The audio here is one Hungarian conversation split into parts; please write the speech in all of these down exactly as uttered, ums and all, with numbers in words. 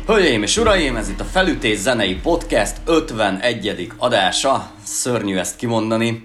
Hölgyeim és uraim, ez itt a Felütés zenei podcast ötvenegyedik adása. Szörnyű ezt kimondani.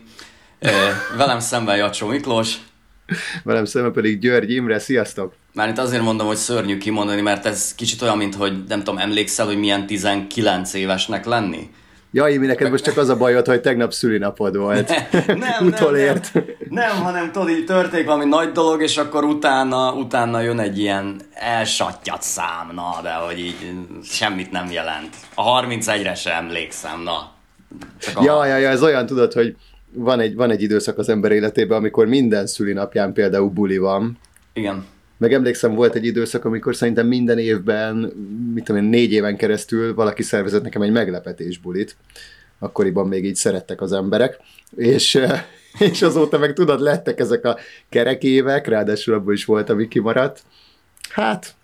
Velem szemben Jacsó Miklós. Velem szemben pedig György Imre, sziasztok! Mármint azért mondom, hogy szörnyű kimondani, mert ez kicsit olyan, mint hogy nem tudom, emlékszel, hogy milyen tizenkilenc évesnek lenni? Ja, Imi, neked most csak az a bajod, hogy tegnap szülinapod volt. Ne, nem, Utolért. nem, nem, nem, hanem tudod, így történik valami nagy dolog, és akkor utána, utána jön egy ilyen elsattyat szám, na, de hogy így semmit nem jelent. A harmincegyre sem emlékszem, na. Csak a... Ja, ja, ja, ez olyan, tudod, hogy van egy, van egy időszak az ember életében, amikor minden szülinapján például buli van. Igen. Meg emlékszem, volt egy időszak, amikor szerintem minden évben, mit tudom én, négy éven keresztül valaki szervezett nekem egy meglepetés bulit. Akkoriban még így szerettek az emberek. És, és azóta meg tudod, lettek ezek a kerek évek, ráadásul abból is volt, ami kimaradt. Hát,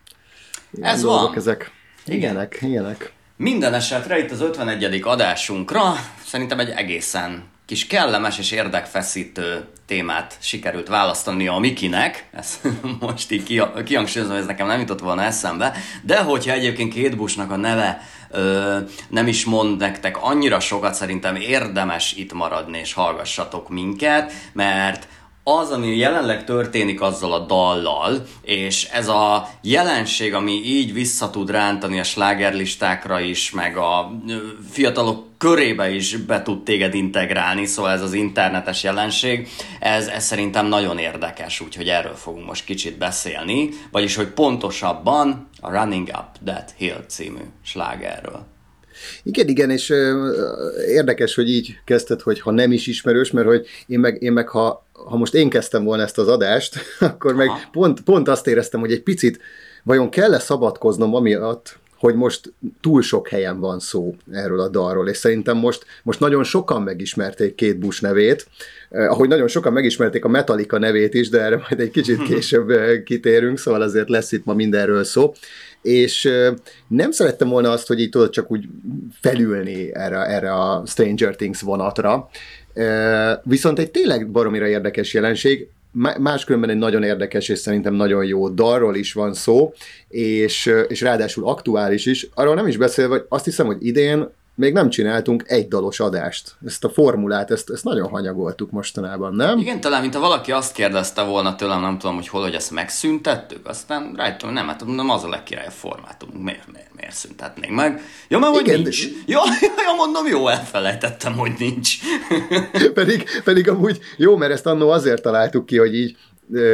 ez van. Ezek. Ilyenek, ilyenek. Minden esetre itt az ötvenegyedik adásunkra szerintem egy egészen kis kellemes és érdekfeszítő témát sikerült választani a Mikinek, ezt most így kihangsúlyozom, ez nekem nem jutott volna eszembe, de hogyha egyébként Kate Bushnak a neve ö, nem is mond nektek annyira sokat, szerintem érdemes itt maradni és hallgassatok minket, mert az, ami jelenleg történik azzal a dallal, és ez a jelenség, ami így vissza tud rántani a slágerlistákra is, meg a fiatalok körébe is be tud téged integrálni, szóval ez az internetes jelenség, ez, ez szerintem nagyon érdekes, úgyhogy erről fogunk most kicsit beszélni, vagyis hogy pontosabban a Running Up That Hill című slágerről. Igen, igen, és ö, érdekes, hogy így kezdted, hogy ha nem is ismerős, mert hogy én meg, én meg ha, ha most én kezdtem volna ezt az adást, akkor meg pont, pont azt éreztem, hogy egy picit vajon kell-e szabadkoznom amiatt, hogy most túl sok helyen van szó erről a dalról, és szerintem most, most nagyon sokan megismerték Kate Bush nevét, eh, ahogy nagyon sokan megismerték a Metallica nevét is, de erre majd egy kicsit később eh, kitérünk, szóval azért lesz itt ma mindenről szó, és eh, nem szerettem volna azt, hogy így tudod csak úgy felülni erre, erre a Stranger Things vonatra, eh, viszont egy tényleg baromira érdekes jelenség, máskülönben egy nagyon érdekes és szerintem nagyon jó dalról is van szó, és, és ráadásul aktuális is. Arról nem is beszélve, hogy azt hiszem, hogy idén még nem csináltunk egy dalos adást. Ezt a formulát, ezt, ezt nagyon hanyagoltuk mostanában, nem? Igen, talán, mint ha valaki azt kérdezte volna tőlem, nem tudom, hogy hol, hogy ezt megszüntettük, aztán rájöttem, hogy nem, hát mondom, az a legkirályabb formátumunk, miért, miért, miért szüntetnénk meg? Ja, mert hogy nincs. De... Ja, ja, mondom, jó, elfelejtettem, hogy nincs. pedig, pedig amúgy jó, mert ezt annó azért találtuk ki, hogy így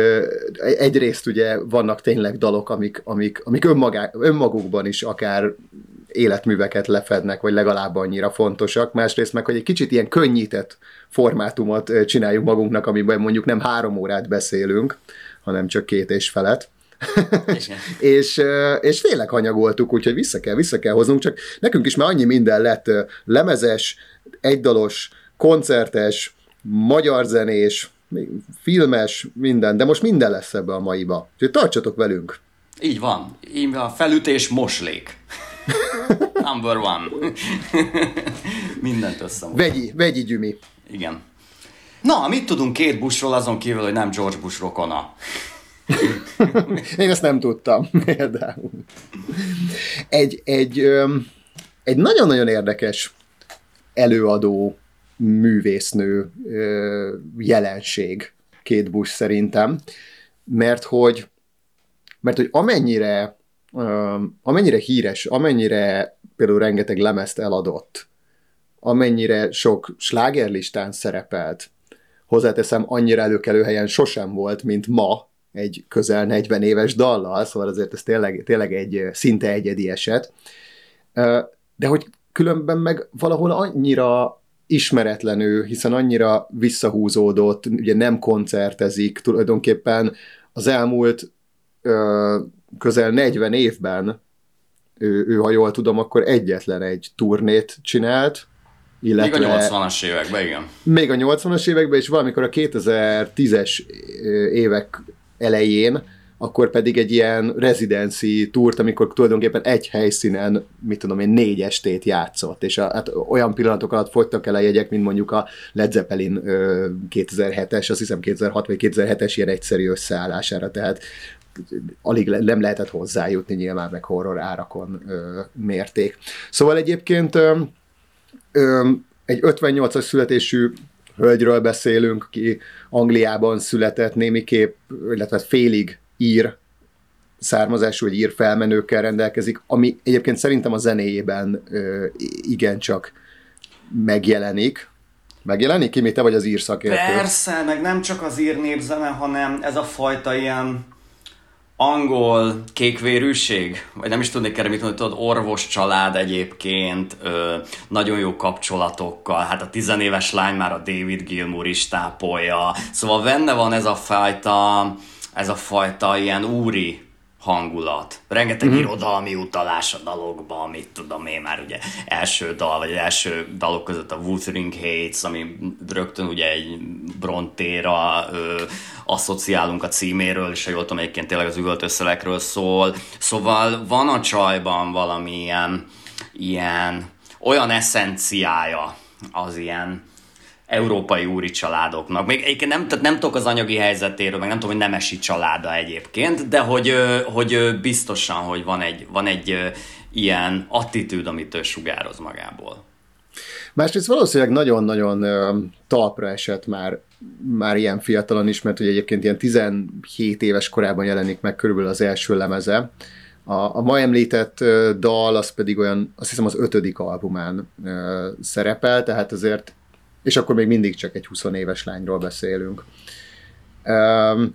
egyrészt ugye vannak tényleg dalok, amik, amik, amik önmagá, önmagukban is akár életműveket lefednek, vagy legalább annyira fontosak. Másrészt meg, hogy egy kicsit ilyen könnyített formátumot csináljuk magunknak, amiben mondjuk nem három órát beszélünk, hanem csak két és felet. és, és tényleg hanyagoltuk, úgyhogy vissza kell, vissza kell hoznunk, csak nekünk is már annyi minden lett lemezes, egydalos, koncertes, magyar zenés, filmes, minden, de most minden lesz ebbe a maiba. Úgyhogy tartsatok velünk! Így van. Így a felütés moslék. Number one. Mindent összemond. Vegyi, vegyi gyümi. Igen. Na, mit tudunk Kate Bushról azon kívül, hogy nem George Bush rokona? Én ezt nem tudtam például. Egy, egy, öm, egy nagyon-nagyon érdekes előadó művésznő ö, jelenség Kate Bush szerintem, mert hogy, mert hogy amennyire Uh, amennyire híres, amennyire például rengeteg lemezt eladott, amennyire sok slágerlistán szerepelt, hozzáteszem, annyira előkelő helyen sosem volt, mint ma egy közel negyven éves dallal, szóval azért ez tényleg, tényleg egy szinte egyedi eset, uh, de hogy különben meg valahol annyira ismeretlenül, hiszen annyira visszahúzódott, ugye nem koncertezik, tulajdonképpen az elmúlt uh, közel negyven évben, ő, ő, ha jól tudom, akkor egyetlen egy turnét csinált. Illetve, még a nyolcvanas években, igen. Még a nyolcvanas években, és valamikor a kétezer-tízes évek elején akkor pedig egy ilyen residency túrt, amikor tulajdonképpen egy helyszínen, mit tudom én, négy estét játszott, és a, hát olyan pillanatok alatt fogytak el a jegyek, mint mondjuk a Led Zeppelin ö, kétezer-hetes, azt hiszem kétezer-hat vagy kétezer-hetes ilyen egyszerű összeállására, tehát alig le, nem lehetett hozzájutni, nyilván meg horror árakon ö, mérték. Szóval egyébként ö, ö, egy ötvennyolcas születésű hölgyről beszélünk, aki Angliában született, némiképp, illetve félig ír származású, vagy ír felmenőkkel rendelkezik, ami egyébként szerintem a zenéjében ö, igencsak megjelenik. Megjelenik, Kimi, te vagy az ír szakértő? Persze, meg nem csak az ír népzene, hanem ez a fajta ilyen angol kékvérűség, vagy nem is tudnék erre mit mondani, tudod, orvos család egyébként, ö, nagyon jó kapcsolatokkal, hát a tizenéves lány már a David Gilmour is tápolja, szóval benne van ez a fajta, ez a fajta ilyen úri hangulat. Rengeteg mm-hmm. irodalmi utalás a dalokban, mit tudom én már ugye első dal, vagy első dalok között a Wuthering Heights, ami rögtön ugye egy Brontéra ö, asszociálunk a címéről, és ha jól tudom, egyébként tényleg az üvöltőszelekről szól. Szóval van a csajban valami ilyen, ilyen olyan eszenciája az ilyen európai úri családoknak. Még egyébként nem, tehát nem tudok az anyagi helyzetéről, meg nem tudom, hogy nemesi családa egyébként, de hogy, hogy biztosan, hogy van egy, van egy ilyen attitűd, amit ő sugároz magából. Másrészt valószínűleg nagyon-nagyon talpra esett már, már ilyen fiatalon is, mert ugye egyébként ilyen tizenhét éves korában jelenik meg körülbelül az első lemeze. A, a ma említett dal, az pedig olyan, azt hiszem az ötödik albumán szerepel, tehát azért és akkor még mindig csak egy húsz éves lányról beszélünk. Um,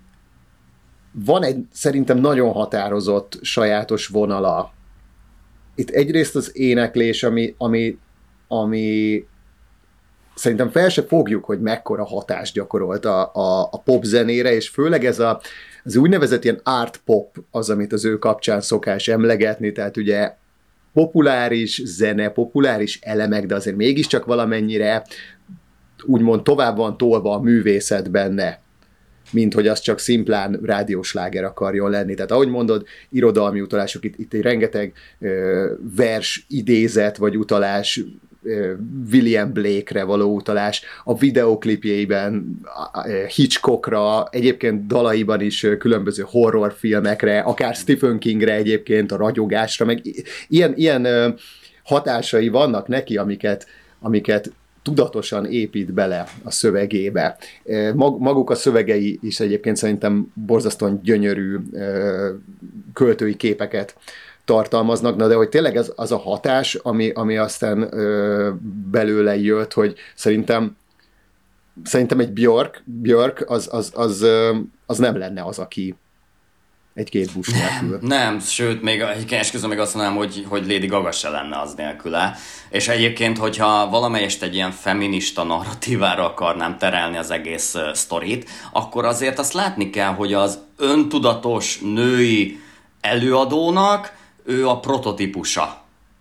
van egy szerintem nagyon határozott, sajátos vonala. Itt egyrészt az éneklés, ami, ami, ami szerintem fel se fogjuk, hogy mekkora hatást gyakorolt a, a, a pop zenére, és főleg ez a, az úgynevezett ilyen art pop az, amit az ő kapcsán szokás emlegetni, tehát ugye populáris zene, populáris elemek, de azért mégiscsak valamennyire úgymond tovább van tolva a művészet benne, mint hogy az csak szimplán rádiósláger akarjon lenni. Tehát ahogy mondod, irodalmi utalások, itt, itt egy rengeteg ö, vers idézet vagy utalás, ö, William Blake-re való utalás, a videoklipjeiben Hitchcockra, egyébként dalaiban is különböző horrorfilmekre, akár Stephen Kingre egyébként, a ragyogásra, meg ilyen, ilyen ö, hatásai vannak neki, amiket, amiket tudatosan épít bele a szövegébe. Maguk a szövegei is egyébként szerintem borzasztóan gyönyörű költői képeket tartalmaznak, na de hogy tényleg ez az a hatás, ami, ami aztán belőle jött, hogy szerintem szerintem egy Björk, Björk az, az, az, az nem lenne az, aki egy-két busz nélkül. Nem, sőt, még esküszöm még azt mondanám, hogy, hogy Lady Gaga se lenne az nélküle. És egyébként, hogyha valamelyest egy ilyen feminista narratívára akarnám terelni az egész uh, sztorit, akkor azért azt látni kell, hogy az öntudatos női előadónak ő a prototípusa.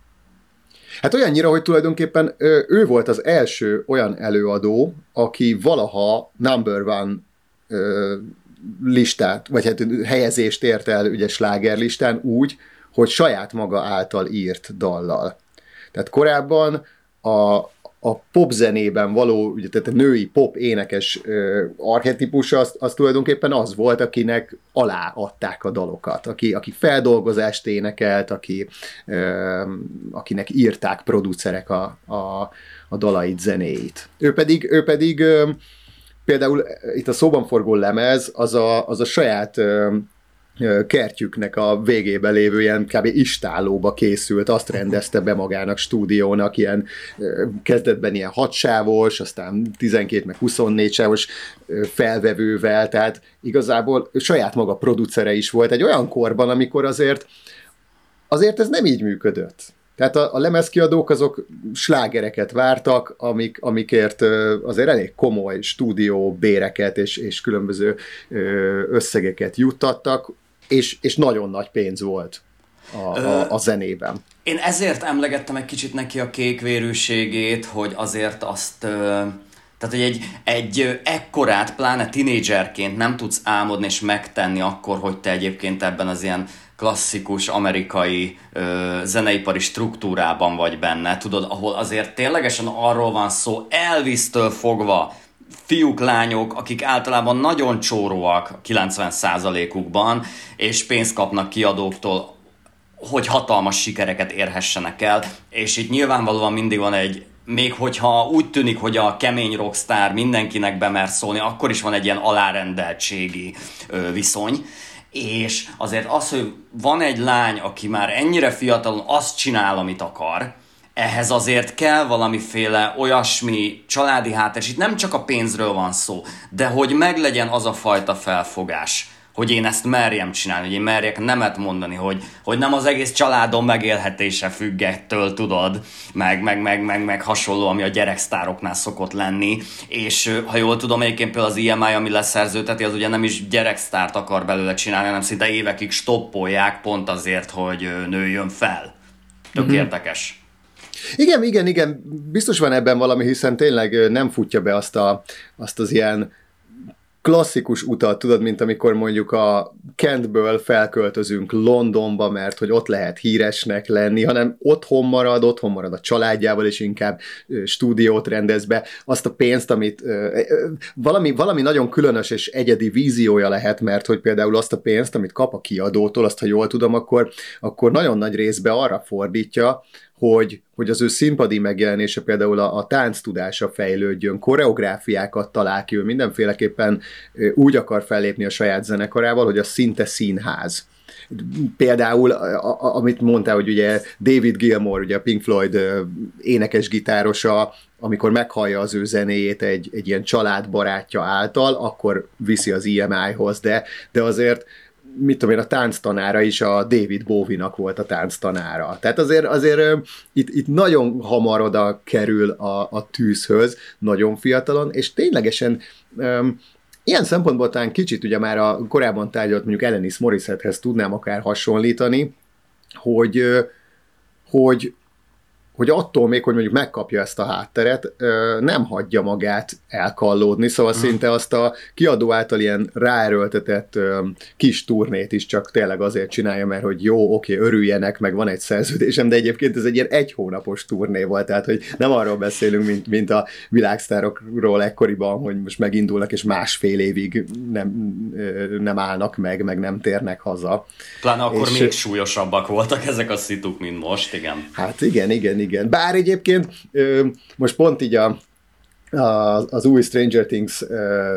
Hát olyannyira, hogy tulajdonképpen ő, ő volt az első olyan előadó, aki valaha number one ö, listát, vagy hát helyezést ért el ugye slágerlistán úgy, hogy saját maga által írt dallal. Tehát korábban a, a popzenében való, ugye, tehát a női pop énekes ö, archetípus az, az tulajdonképpen az volt, akinek aláadták a dalokat, aki, aki feldolgozást énekelt, aki, ö, akinek írták producerek a, a, a dalait, zenéit. Ő pedig, ő pedig ö, például itt a szóban forgó lemez, az a, az a saját ö, kertjüknek a végében lévő ilyen kb. Istállóba készült, azt rendezte be magának stúdiónak, ilyen kezdetben ilyen hatsávos, aztán tizenkét meg huszonnégy sávos felvevővel, tehát igazából saját maga producere is volt egy olyan korban, amikor azért azért ez nem így működött. Tehát a, a lemezkiadók azok slágereket vártak, amik, amikért azért elég komoly stúdió béreket és, és különböző összegeket juttattak, és, és nagyon nagy pénz volt a, a, a zenében. Én ezért emlegettem egy kicsit neki a kékvérűségét, hogy azért azt, tehát Tehát, hogy egy, egy ekkorát, pláne tinédzserként nem tudsz álmodni és megtenni akkor, hogy te egyébként ebben az ilyen klasszikus amerikai ö, zeneipari struktúrában vagy benne, tudod, ahol azért ténylegesen arról van szó, Elvis-től fogva, fiúk, lányok, akik általában nagyon csóróak kilencven százalékukban, és pénzt kapnak kiadóktól, hogy hatalmas sikereket érhessenek el, és itt nyilvánvalóan mindig van egy, még hogyha úgy tűnik, hogy a kemény rockstar mindenkinek bemer szólni, akkor is van egy ilyen alárendeltségi ö, viszony, és azért az, hogy van egy lány, aki már ennyire fiatalon azt csinál, amit akar, ehhez azért kell valamiféle olyasmi családi háttér, és itt nem csak a pénzről van szó, de hogy meglegyen az a fajta felfogás, hogy én ezt merjem csinálni, hogy én merjek nemet mondani, hogy, hogy nem az egész családom megélhetése függ ettől, tudod, meg, meg, meg, meg, meg hasonló, ami a gyereksztároknál szokott lenni, és ha jól tudom, egyébként például az i em i, ami leszerződteti, az ugye nem is gyereksztárt akar belőle csinálni, hanem szinte évekig stoppolják pont azért, hogy nőjön fel. Tök mm-hmm. érdekes. Igen, igen, igen, biztos van ebben valami, hiszen tényleg nem futja be azt, a, azt az ilyen klasszikus utat, tudod, mint amikor mondjuk a Kentből felköltözünk Londonba, mert hogy ott lehet híresnek lenni, hanem otthon marad, otthon marad a családjával, és inkább stúdiót rendez be. Azt a pénzt, amit valami, valami nagyon különös és egyedi víziója lehet, mert hogy például azt a pénzt, amit kap a kiadótól, azt ha jól tudom, akkor, akkor nagyon nagy részben arra fordítja, hogy, hogy az ő színpadi megjelenése, például a, a tánc tudása fejlődjön, koreográfiákat talál ki, ő mindenféleképpen úgy akar fellépni a saját zenekarával, hogy az szinte színház. Például, a, a, amit mondtál, hogy ugye David Gilmour, ugye a Pink Floyd énekes gitárosa, amikor meghallja az ő zenéjét egy, egy ilyen családbarátja által, akkor viszi az i em i-hoz, de, de azért mit tudom én, a tánctanára is a David Bowie-nak volt a tánctanára. Tehát azért, azért itt, itt nagyon hamar oda kerül a, a tűzhöz, nagyon fiatalon, és ténylegesen um, ilyen szempontból talán kicsit ugye már a korábban tárgyalt mondjuk Alanis Morissettehez tudnám akár hasonlítani, hogy, hogy hogy attól még, hogy mondjuk megkapja ezt a hátteret, nem hagyja magát elkallódni, szóval uh-huh. szinte azt a kiadó által ilyen ráerőltetett kis turnét is csak tényleg azért csinálja, mert hogy jó, oké, örüljenek, meg van egy szerződésem, de egyébként ez egy ilyen egy hónapos turné volt, tehát hogy nem arról beszélünk, mint, mint a világsztárokról ekkoriban, hogy most megindulnak, és másfél évig nem, nem állnak meg, meg nem térnek haza. Pláne akkor és még súlyosabbak voltak ezek a szituk, mint most, igen. Hát igen, igen, igen. Bár egyébként most pont így a, a, az új Stranger Things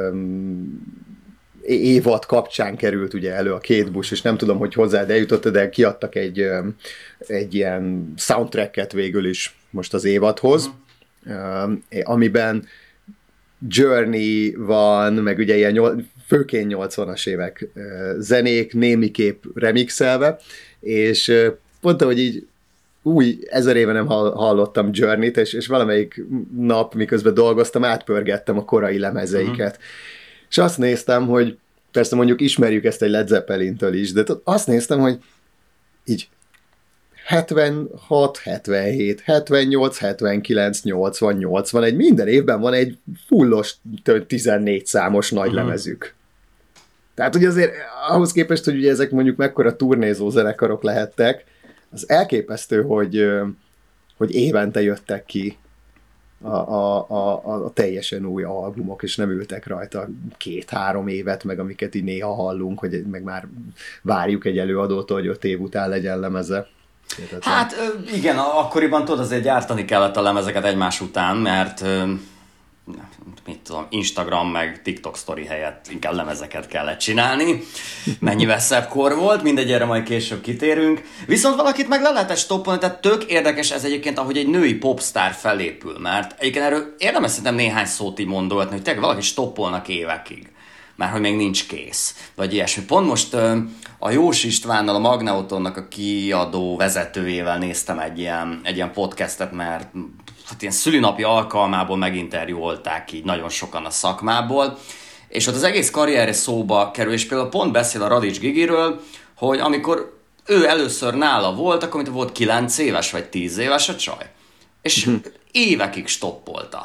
évad kapcsán került ugye elő a Kate Bush, és nem tudom, hogy hozzád eljutott, de kiadtak egy, egy ilyen soundtracket végül is most az évadhoz, uh-huh. amiben Journey van, meg ugye ilyen főként nyolcvanas évek zenék, némiképp remixelve, és pont ahogy így új, ezer éve nem hallottam Journey-t, és, és valamelyik nap, miközben dolgoztam, átpörgettem a korai lemezeiket. Uh-huh. És azt néztem, hogy persze mondjuk ismerjük ezt egy Led Zeppelintől is, de azt néztem, hogy így hetvenhat, hetvenhét, hetvennyolc, hetvenkilenc, nyolcvan, nyolcvanegy, minden évben van egy fullos tizennégy számos nagy uh-huh. lemezük. Tehát ugye azért ahhoz képest, hogy ugye ezek mondjuk mekkora turnézó zenekarok lehettek, az elképesztő, hogy, hogy évente jöttek ki a, a, a, a teljesen új albumok, és nem ültek rajta két-három évet, meg amiket így néha hallunk, hogy meg már várjuk egy előadótól, hogy öt év után legyen lemeze. Hát igen, akkoriban tudod, azért gyártani kellett a lemezeket egymás után, mert mit tudom, Instagram meg TikTok sztori helyett inkább lemezeket kellett csinálni. Mennyivel szebb kor volt, mindegy, erre majd később kitérünk. Viszont valakit meg le lehetett stoppolni, tehát tök érdekes ez egyébként, ahogy egy női popstar felépül, mert egyébként erről érdemes szerintem néhány szót így mondogatni, hogy tényleg valaki stoppolnak évekig, már hogy még nincs kész, vagy ilyesmi. Pont most a Jós Istvánnal, a Magnautonnak a kiadó vezetőjével néztem egy ilyen, egy ilyen podcastet, mert hát ilyen szülinapi alkalmából meginterjúolták így nagyon sokan a szakmából, és ott az egész karrierje szóba kerül, és például pont beszél a Radics Gigiről, hogy amikor ő először nála volt, akkor mint volt kilenc éves vagy tíz éves a csaj, és évekig stoppolta,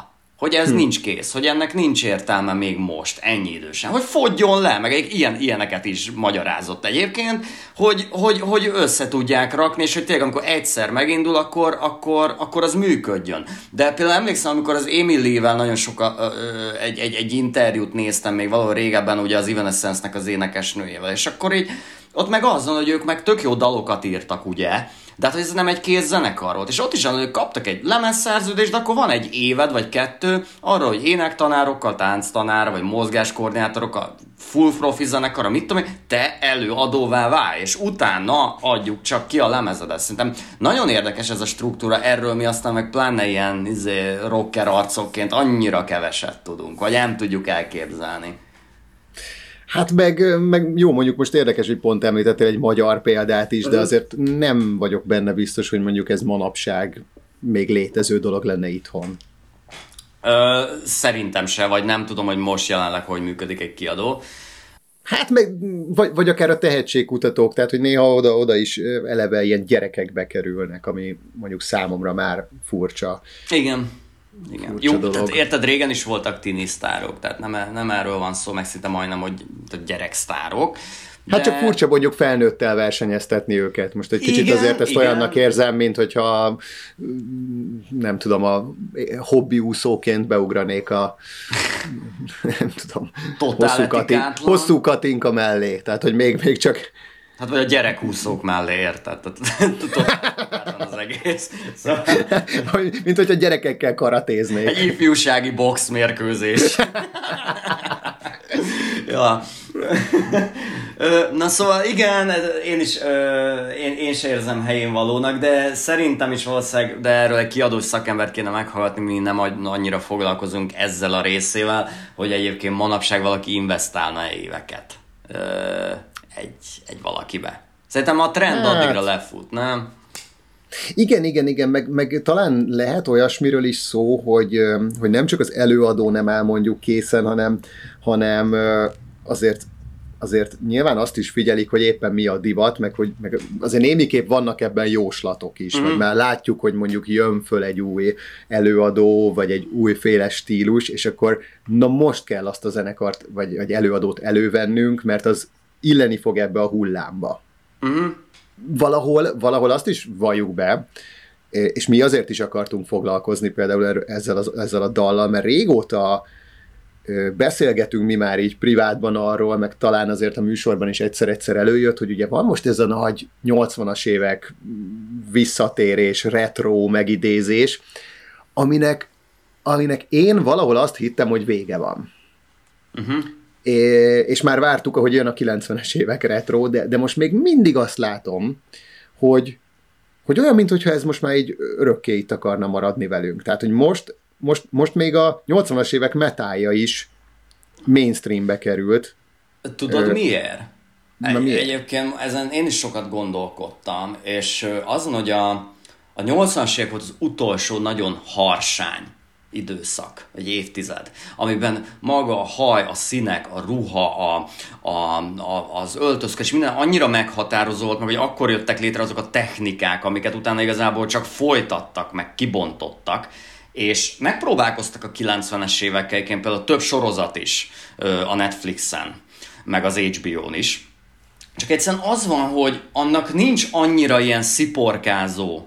hogy ez hm. nincs kész, hogy ennek nincs értelme még most, ennyi idősen, hogy fogjon le, meg egy ilyen, ilyeneket is magyarázott egyébként, hogy, hogy, hogy össze tudják rakni, és hogy tényleg amikor egyszer megindul, akkor, akkor, akkor az működjön. De például emlékszem, amikor az Emily-vel nagyon sokat egy, egy, egy interjút néztem még valahol régebben, ugye az Evanescence-nek az énekesnőjével, és akkor így ott meg azon, hogy ők meg tök jó dalokat írtak, ugye, de hát ez nem egy kész zenekar volt, és ott is ők kaptak egy lemezszerződést, de akkor van egy éved vagy kettő arra, hogy énektanárokkal, tánctanára, vagy mozgáskoordinátorokkal, full profi zenekar, mit tudom én, te előadóvá válj, és utána adjuk csak ki a lemezedet. Szerintem nagyon érdekes ez a struktúra, erről mi aztán meg pláne ilyen izé, rocker arcokként annyira keveset tudunk, vagy nem tudjuk elképzelni. Hát meg, meg jó, mondjuk most érdekes, hogy pont említettél egy magyar példát is, de azért nem vagyok benne biztos, hogy mondjuk ez manapság még létező dolog lenne itthon. Ö, szerintem se, vagy nem tudom, hogy most jelenleg hogy működik egy kiadó. Hát meg, vagy, vagy akár a tehetségkutatók, tehát hogy néha oda-oda is eleve ilyen gyerekek bekerülnek, ami mondjuk számomra már furcsa. Igen. Igen. Jó, tehát érted, régen is voltak tinisztárok, tehát nem, nem erről van szó, meg szinte majdnem, hogy gyereksztárok. De... Hát csak furcsa mondjuk felnőttel versenyeztetni őket. Most egy kicsit igen, azért ezt igen. olyannak érzem, mint hogyha nem tudom, a hobbi úszóként beugranék a nem tudom, hosszú, katin, hosszú katinka mellé. Tehát, hogy még, még csak hát vagy a gyerekúszók mellé, érted? Tudod, az egész. Szóval... mint hogyha gyerekekkel karatéznék. Egy ifjúsági boxmérkőzés. Ja. Na szóval igen, én is én, én se érzem helyén valónak, de szerintem is valószínűleg, de erről egy kiadós szakembert kéne meghallgatni, mi nem annyira foglalkozunk ezzel a részével, hogy egyébként manapság valaki investálna éveket egy, egy valakibe. Szerintem a trend hát. addigra lefut, nem? Igen, igen, igen, meg, meg talán lehet olyasmiről is szó, hogy, hogy nem csak az előadó nem áll mondjuk készen, hanem, hanem azért, azért nyilván azt is figyelik, hogy éppen mi a divat, meg, hogy, meg azért némiképp vannak ebben jóslatok is, mm-hmm. meg már látjuk, hogy mondjuk jön föl egy új előadó, vagy egy újféle stílus, és akkor na most kell azt a zenekart, vagy, vagy előadót elővennünk, mert az illeni fog ebbe a hullámba. Mm-hmm. Valahol, valahol azt is valljuk be, és mi azért is akartunk foglalkozni például ezzel, az, ezzel a dallal, mert régóta beszélgetünk mi már így privátban arról, meg talán azért a műsorban is egyszer-egyszer előjött, hogy ugye van most ez a nagy nyolcvanas évek visszatérés, retro megidézés, aminek, aminek én valahol azt hittem, hogy vége van. Uh-huh. É, és már vártuk, ahogy jön a kilencvenes évek retro, de, de most még mindig azt látom, hogy, hogy olyan, mintha ez most már így örökké itt akarna maradni velünk. Tehát, hogy most, most, most még a nyolcvanas évek metálja is mainstreambe került. Tudod Ö, miért? Egy, miért? Egyébként ezen én is sokat gondolkodtam, és azon, hogy a, a nyolcvanas évek volt az utolsó nagyon harsány időszak, egy évtized, amiben maga a haj, a színek, a ruha, a, a, a, az öltözködés, minden annyira meghatározó volt, meg hogy akkor jöttek létre azok a technikák, amiket utána igazából csak folytattak, meg kibontottak, és megpróbálkoztak a kilencvenes évekkel, egyébként például több sorozat is a Netflixen, meg az há bé ó-n is. Csak egyszerűen az van, hogy annak nincs annyira ilyen sziporkázó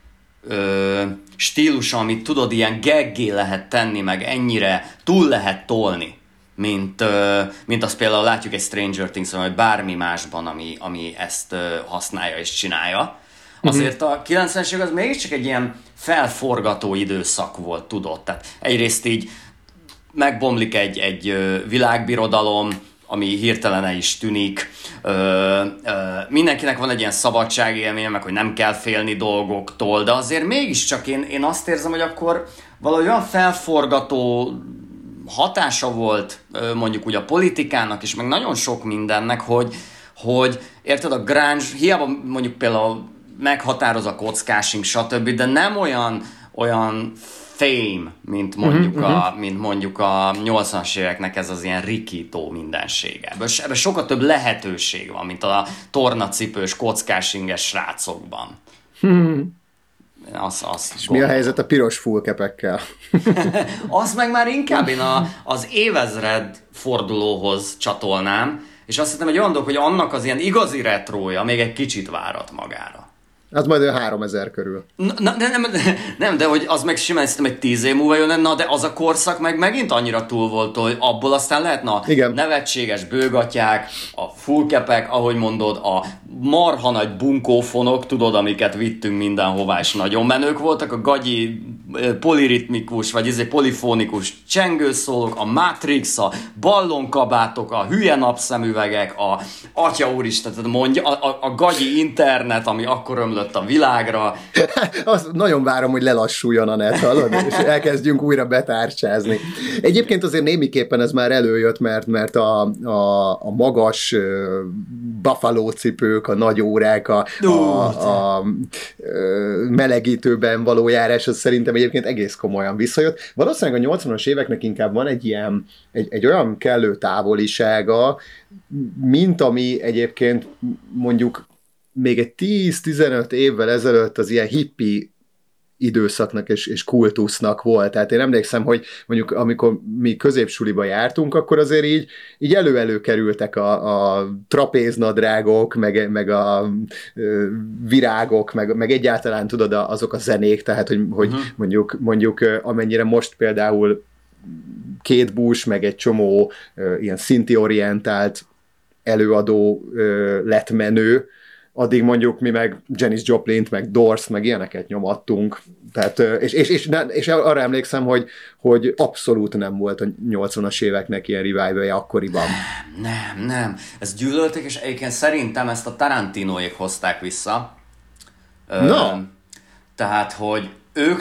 Ö, stílusa, amit tudod, ilyen gaggé lehet tenni, meg ennyire túl lehet tolni, mint, ö, mint azt például látjuk egy Stranger Things-on, vagy bármi másban, ami, ami ezt ö, használja és csinálja. Azért a kilencvenes évek az mégiscsak egy ilyen felforgató időszak volt, tudod. Tehát egyrészt így megbomlik egy, egy ö, világbirodalom, ami hirtelen el is tűnik. Ö, ö, mindenkinek van egy ilyen szabadságélménye, meg hogy nem kell félni dolgoktól, de azért mégiscsak én, én azt érzem, hogy akkor valahogy olyan felforgató hatása volt mondjuk úgy a politikának is, meg nagyon sok mindennek, hogy, hogy érted, a grunge, hiába mondjuk például meghatároz a kockásink, stb., de nem olyan, olyan fame, mint mondjuk, uh-huh, a, mint mondjuk a nyolcvanas éveknek ez az ilyen rikító mindensége. Ebben, ebben sokkal több lehetőség van, mint a tornacipős, kockásinges srácokban. Hmm. Az, azt És gondolom. Mi a helyzet a piros fullkepekkel? Az meg már inkább én a, az évezred fordulóhoz csatolnám, és azt hiszem, hogy olyan dolog, hogy annak az ilyen igazi retrója még egy kicsit várat magára. Az majd olyan háromezer körül. Na, na, de nem, nem, de hogy az meg simán szerintem egy tíz év múlva jön, na de az a korszak meg megint annyira túl volt, hogy abból aztán lehetne a Igen. nevetséges bőgatyák, a fullkepek, ahogy mondod, a marha nagy bunkófonok, tudod, amiket vittünk mindenhová, és nagyon menők voltak, a gagyi poliritmikus, vagy ez egy polifonikus csengőszólók, a Matrix, a ballonkabátok, a hülye napszemüvegek, a atya úristen, tehát mondja, a, a, a gagyi internet, ami akkor ömlött a világra. Azt nagyon várom, hogy lelassuljon a net, hallod? És elkezdjünk újra betárcsázni. Egyébként azért némiképpen ez már előjött, mert, mert a, a, a magas uh, buffalo cipők, a nagy órák, a, a, a, a melegítőben való járás, az szerintem egyébként egész komolyan visszajött. Valószínűleg a nyolcvanas éveknek inkább van egy ilyen, egy, egy olyan kellő távolisága, mint ami egyébként mondjuk még egy tíz-tizenöt évvel ezelőtt az ilyen hippi időszaknak és, és kultusznak volt. Tehát én emlékszem, hogy mondjuk amikor mi középsuliba jártunk, akkor azért így, így elő-elő kerültek a, a trapéznadrágok, meg, meg a virágok, meg, meg egyáltalán tudod azok a zenék, tehát hogy, hogy uh-huh. mondjuk, mondjuk amennyire most például Kate Bush, meg egy csomó ilyen szinti-orientált előadó lett menő, addig mondjuk mi meg Janis Joplint, meg Doors, meg ilyeneket nyomattunk. Tehát, és, és, és, és arra emlékszem, hogy, hogy abszolút nem volt a nyolcvanas éveknek ilyen revivalja akkoriban. Nem, nem, nem. Ezt gyűlölték, és egyébként szerintem ezt a Tarantinoék hozták vissza. No. Ö, tehát, hogy ők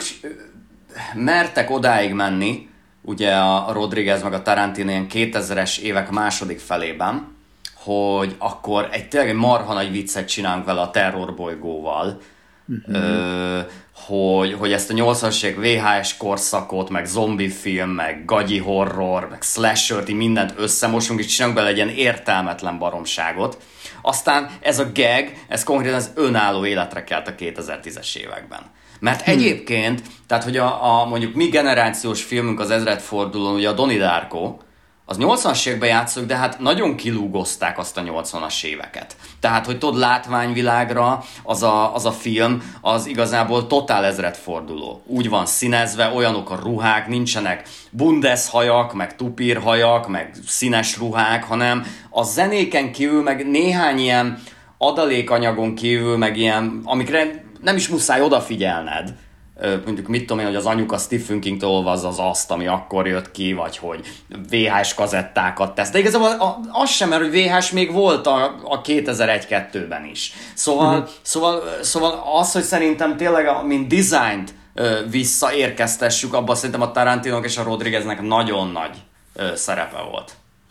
mertek odáig menni, ugye a Rodriguez meg a Tarantino ilyen kétezres évek második felében, hogy akkor egy tényleg egy marha nagy viccet csinálunk vele a terrorbolygóval, uh-huh. ö, hogy, hogy ezt a nyolcvanas évek vé há es korszakot, meg zombifilm, meg gagyi horror, meg slasher-t, így mindent összemosunk, és csinálunk bele egy ilyen értelmetlen baromságot. Aztán ez a gag, ez konkrétan az önálló életre kelt a kétezer-tízes években. Mert hmm. egyébként, tehát hogy a, a mondjuk mi generációs filmünk az ezredfordulón, ugye a Donnie Darko, az nyolcvanas években játszók, de hát nagyon kilúgozták azt a nyolcvanas éveket. Tehát, hogy tudod, látványvilágra az a, az a film, az igazából totál ezredforduló. Úgy van színezve, olyanok a ruhák, nincsenek bundeszhajak, meg tupírhajak, meg színes ruhák, hanem a zenéken kívül, meg néhány ilyen adalékanyagon kívül, meg ilyen, amikre nem is muszáj odafigyelned. Mondjuk mit tudom én, hogy az anyuka Stephen Kingtől olvazza az Azt, ami akkor jött ki, vagy hogy vé há es kazettákat tesz. De igazából az sem, mert hogy vé há es még volt a, a kétezer-egy-kettőben is. Szóval, uh-huh. szóval, szóval az, hogy szerintem tényleg a, mint dizájnt visszaérkeztessük, abban szerintem a Tarantinók és a Rodrigueznek nagyon nagy ö, szerepe volt.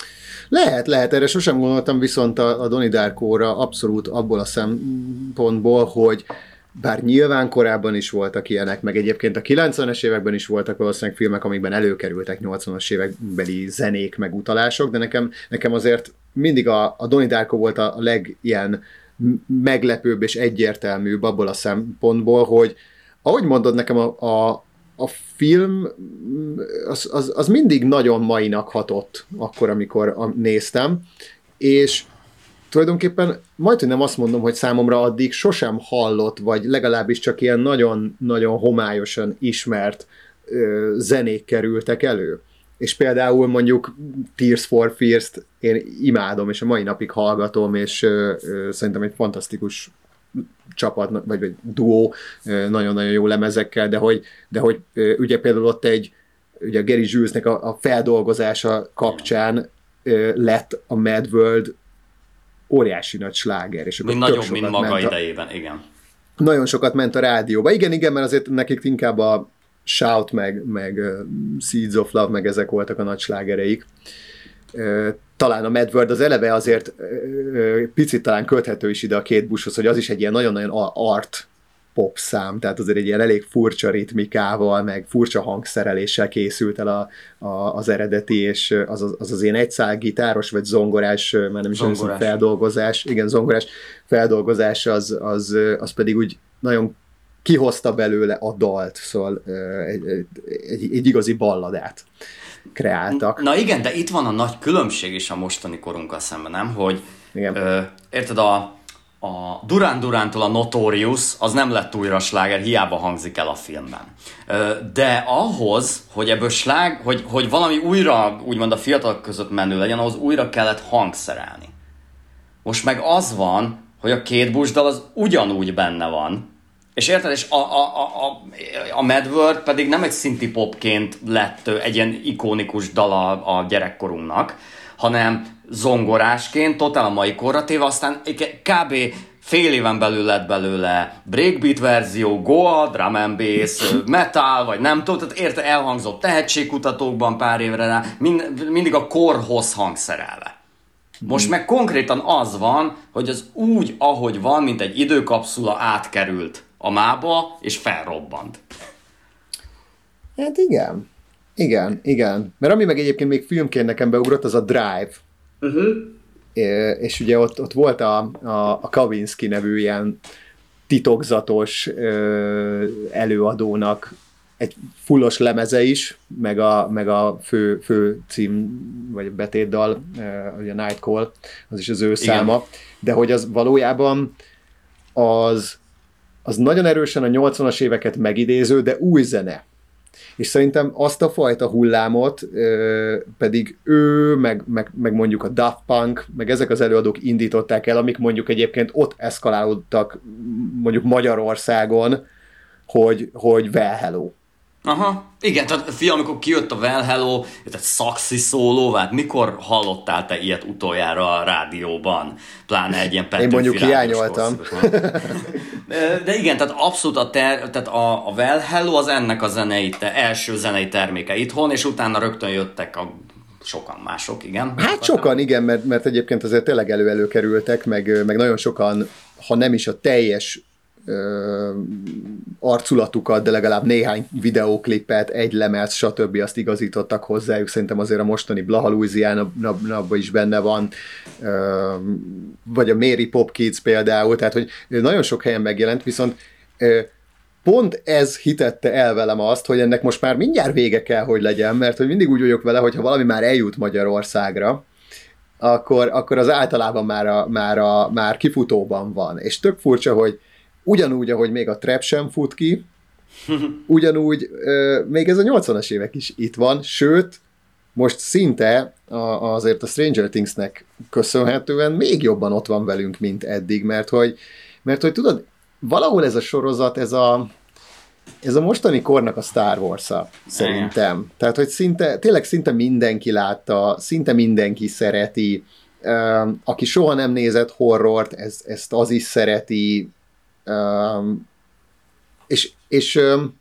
Lehet, lehet, erre sosem gondoltam, viszont a, a Donnie Darkóra abszolút abból a szempontból, hogy bár nyilván korábban is voltak ilyenek, meg egyébként a kilencvenes években is voltak valószínűleg filmek, amikben előkerültek nyolcvanas évekbeli zenék, meg utalások, de nekem, nekem azért mindig a, a Donnie Darko volt a, a legilyen meglepőbb és egyértelműbb abból a szempontból, hogy ahogy mondod, nekem a, a, a film az, az, az mindig nagyon mainak hatott akkor, amikor a, néztem, és tulajdonképpen majdnem nem azt mondom, hogy számomra addig sosem hallott, vagy legalábbis csak ilyen nagyon-nagyon homályosan ismert ö, zenék kerültek elő. És például mondjuk Tears for Fears-t én imádom, és a mai napig hallgatom, és ö, ö, szerintem egy fantasztikus csapat, vagy, vagy duó, ö, nagyon-nagyon jó lemezekkel, de hogy, de hogy ö, ugye például ott egy, ugye Gary Jules-nek a, a feldolgozása kapcsán ö, lett a Mad World óriási nagy sláger. És mint nagyobb, mint maga idejében, a, igen. Nagyon sokat ment a rádióba. Igen, igen, mert azért nekik inkább a Shout, meg, meg uh, Seeds of Love, meg ezek voltak a nagy slágereik. Uh, talán a Mad World az eleve azért uh, picit talán köthető is ide a Kate Bushhoz, hogy az is egy ilyen nagyon-nagyon art pop szám, tehát azért egy ilyen elég furcsa ritmikával, meg furcsa hangszereléssel készült el a, a, az eredeti, és az az, az az ilyen egyszál gitáros, vagy zongorás, már nem is olyan feldolgozás, igen, zongorás feldolgozás, az, az, az pedig úgy nagyon kihozta belőle a dalt, szóval egy, egy, egy, egy igazi balladát kreáltak. Na igen, de itt van a nagy különbség is a mostani korunkkal szemben, nem? Hogy ö, érted, a, a Duran Durántól a Notorious az nem lett újra sláger, hiába hangzik el a filmben. Ö, de ahhoz, hogy ebből slág, hogy, hogy valami újra, úgymond a fiatalok között menő legyen, ahhoz újra kellett hangszerelni. Most meg az van, hogy a Kate Bush dal az ugyanúgy benne van, és érted, és a, a, a, a Mad World pedig nem egy synthie popként lett egy ilyen ikonikus dala a gyerekkorunknak, hanem zongorásként, totál a mai korra téve, aztán kb. Fél éven belül lett belőle breakbeat verzió, goa, drum and bass, metal, vagy nem tudom, tehát érted, elhangzott tehetségkutatókban pár évre rá, mind, mindig a korhoz hangszerelve. Most meg konkrétan az van, hogy az úgy, ahogy van, mint egy időkapszula átkerült a mába, és felrobbant. Hát igen. Igen, igen. Mert ami meg egyébként még filmként nekem beugrott, az a Drive. Uh-huh. É, és ugye ott, ott volt a, a, a Kavinsky nevű ilyen titokzatos ö, előadónak egy fullos lemeze is, meg a, meg a fő, fő cím, vagy betétdal, ugye a Night Call, az is az ő száma, igen. De hogy az valójában az, az nagyon erősen a nyolcvanas éveket megidéző, de új zene. És szerintem azt a fajta hullámot ö, pedig ő, meg, meg, meg mondjuk a Daft Punk, meg ezek az előadók indították el, amik mondjuk egyébként ott eszkalálódtak mondjuk Magyarországon, hogy, hogy Well Hello. Aha, igen, tehát fia, amikor kijött a Well Hello, tehát szaxi szóló, hát mikor hallottál te ilyet utoljára a rádióban? Pláne egy ilyen Petőfi. Én mondjuk hiányoltam. De igen, tehát abszolút a, ter, tehát a, a Well Hello az ennek a zenei, te, első zenei terméke itthon, és utána rögtön jöttek a sokan mások, igen. Hát sokan, igen, mert, mert egyébként azért tényleg elő-elő kerültek, meg, meg nagyon sokan, ha nem is a teljes Ö, arculatukat, de legalább néhány videóklipet, egy lemez, stb. Azt igazítottak hozzájuk. Szerintem azért a mostani Blaha Louisiana-ban is benne van, ö, vagy a Mary Pop Kids például, tehát hogy nagyon sok helyen megjelent, viszont ö, pont ez hitette el velem azt, hogy ennek most már mindjárt vége kell, hogy legyen, mert hogy mindig úgy vagyok vele, hogy ha valami már eljut Magyarországra, akkor, akkor az általában már, a, már, a, már kifutóban van. És tök furcsa, hogy ugyanúgy, ahogy még a trap sem fut ki, ugyanúgy euh, még ez a nyolcvanas évek is itt van, sőt, most szinte a, azért a Stranger Thingsnek köszönhetően még jobban ott van velünk, mint eddig, mert hogy, mert hogy tudod, valahol ez a sorozat, ez a, ez a mostani kornak a Star Wars-a, szerintem. Tehát, hogy szinte, tényleg szinte mindenki látta, szinte mindenki szereti, uh, aki soha nem nézett horrort, ez, ezt az is szereti, Um, és, és um,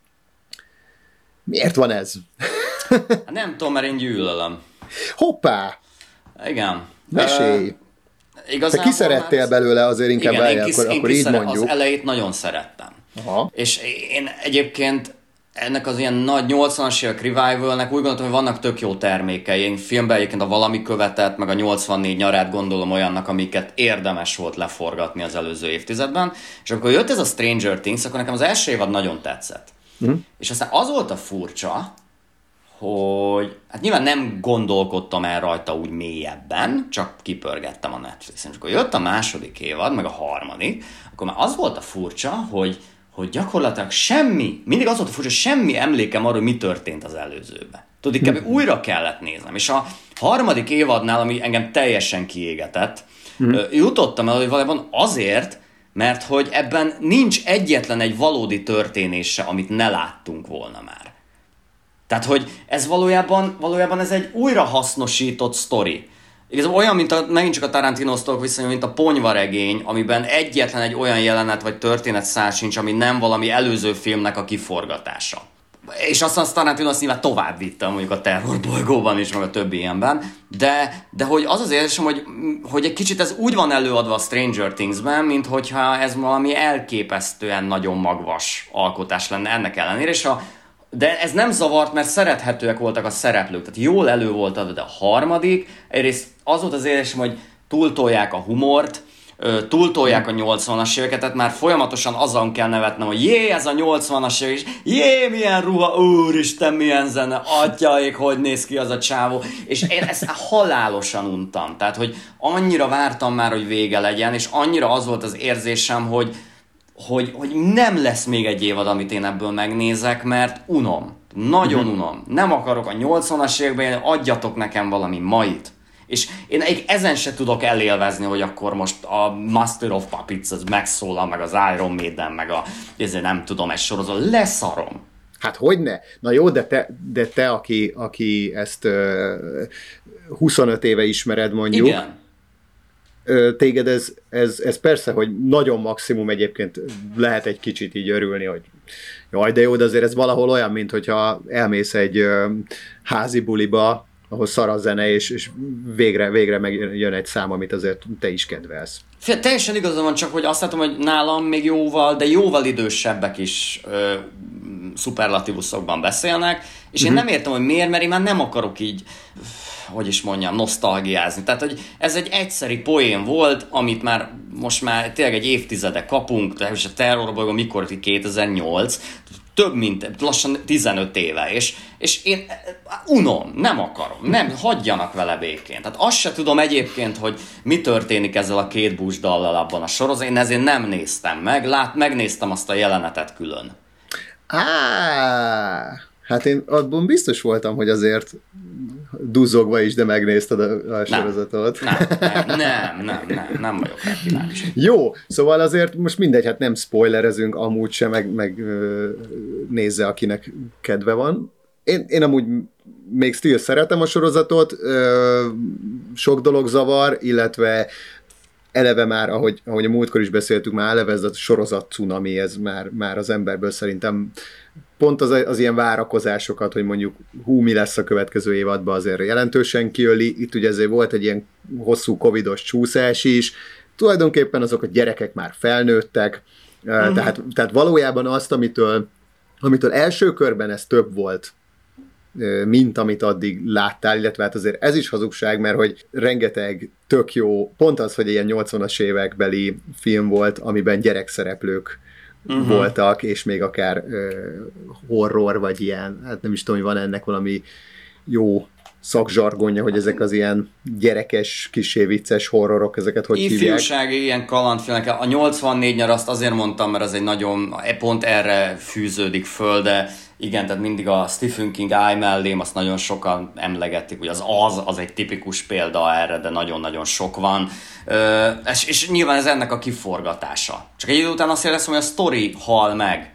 miért van ez? Nem tudom, mert én gyűlölöm. Hoppá! Igen. Mesélj! Uh, Te ki szerettél hát, belőle, azért inkább igen, válja, kis, akkor, akkor így szere- mondjuk. Az elejét nagyon szerettem. Aha. És én egyébként ennek az ilyen nagy nyolcvanas évek revivalnek úgy gondoltam, hogy vannak tök jó termékei. Én filmben egyébként a Valami követett, meg a nyolcvannégy nyarát gondolom olyannak, amiket érdemes volt leforgatni az előző évtizedben. És amikor jött ez a Stranger Things, akkor nekem az első évad nagyon tetszett. Uh-huh. És aztán az volt a furcsa, hogy hát nyilván nem gondolkodtam el rajta úgy mélyebben, csak kipörgettem a Netflixen. És akkor jött a második évad, meg a harmadik, akkor már az volt a furcsa, hogy hogy gyakorlatilag semmi, mindig az volt a furcsa, hogy semmi emlékem arra, hogy mi történt az előzőben. Tudod, kb. Hmm. újra kellett néznem. És a harmadik évadnál, ami engem teljesen kiégetett, hmm. jutottam el, hogy valójában azért, mert hogy ebben nincs egyetlen egy valódi történése, amit ne láttunk volna már. Tehát, hogy ez valójában, valójában ez egy újra hasznosított sztori. Igazából olyan, mint a, megint csak a Tarantino-sztól viszonyul, mint a Ponyvaregény, amiben egyetlen egy olyan jelenet vagy történetszál sincs, ami nem valami előző filmnek a kiforgatása. És aztán a Tarantino azt nyilván tovább vitte, mondjuk a Terrorbolygóban is, meg a többi ilyenben, de, de hogy az az érzésem, hogy, hogy egy kicsit ez úgy van előadva a Stranger Things-ben, mint hogyha ez valami elképesztően nagyon magvas alkotás lenne ennek ellenére, és a de ez nem zavart, mert szerethetőek voltak a szereplők, tehát jól elő volt adva, de a harmadik, egyrészt az volt az érzésem, hogy túltolják a humort, túltolják a nyolcvanas éveket, tehát már folyamatosan azon kell nevetnem, hogy jé, ez a nyolcvanas évek, és jé, milyen ruha, úristen, milyen zene, atyaik, hogy néz ki az a csávó, és én ezt halálosan untam, tehát, hogy annyira vártam már, hogy vége legyen, és annyira az volt az érzésem, hogy, hogy, hogy nem lesz még egy évad, amit én ebből megnézek, mert unom, nagyon unom, nem akarok a nyolcvanas években, adjatok nekem valami mait. És én ezen se tudok elélvezni, hogy akkor most a Master of Puppets az megszólal, meg az Iron Maiden, meg a, ezért nem tudom, egy sorozat, leszarom. Hát hogyne? Na jó, de te, de te aki, aki ezt uh, huszonöt éve ismered mondjuk, igen. Uh, téged ez, ez, ez persze, hogy nagyon maximum egyébként lehet egy kicsit így örülni, hogy jaj, de jó, de azért ez valahol olyan, mint hogyha elmész egy uh, házi buliba, ahol szar a zene, és, és végre, végre megjön egy szám, amit azért te is kedvelsz. Fél, teljesen igazam van, csak hogy azt látom, hogy nálam még jóval, de jóval idősebbek is ö, szuperlatívuszokban beszélnek, és én uh-huh. nem értem, hogy miért, mert én már nem akarok így, hogy is mondjam, nosztalgiázni. Tehát, hogy ez egy egyszeri poén volt, amit már most már tényleg egy évtizede kapunk, és a Terrorbolygó mikor, kétezer-nyolc, több mint lassan tizenöt éve, és, és én unom, nem akarom, nem, hagyjanak vele békén. Tehát azt se tudom egyébként, hogy mi történik ezzel a két Bush dallal abban a sorozatban, én ezért nem néztem meg, lát, megnéztem azt a jelenetet külön. Á, hát én abban biztos voltam, hogy azért duzzogva is, de megnézted a, a sorozatot. Nem, nem, nem, nem, nem, nem vagyok rá kíváncsi. Jó, szóval azért most mindegy, hát nem spoilerezünk amúgy sem, meg, meg nézze, akinek kedve van. Én, én amúgy még still szeretem a sorozatot, sok dolog zavar, illetve eleve már, ahogy, ahogy a múltkor is beszéltük, már eleve ez a sorozat cunami, ez már, már az emberből szerintem pont az, az ilyen várakozásokat, hogy mondjuk hú, mi lesz a következő évadban, azért jelentősen kiöli. Itt ugye ezért volt egy ilyen hosszú covidos csúszás is. Tulajdonképpen azok a gyerekek már felnőttek, uh-huh. tehát, tehát valójában azt, amitől, amitől első körben ez több volt, mint amit addig láttál, illetve hát azért ez is hazugság, mert hogy rengeteg tök jó, pont az, hogy ilyen nyolcvanas évekbeli film volt, amiben gyerekszereplők uh-huh. voltak, és még akár uh, horror, vagy ilyen, hát nem is tudom, hogy van ennek valami jó szakzsargonja, hogy ezek az ilyen gyerekes, kissé vicces horrorok, ezeket hogy hívják? Ifjúsági ilyen kalandfilmek. A nyolcvannégy nyar azt azért mondtam, mert az egy nagyon, pont erre fűződik föl, de igen, tehát mindig a Stephen King áll mellém, azt nagyon sokan emlegetik, hogy az az, az egy tipikus példa erre, de nagyon-nagyon sok van. Ö, és, és nyilván ez ennek a kiforgatása. Csak egy idő után azt éreztem, hogy a sztori hal meg.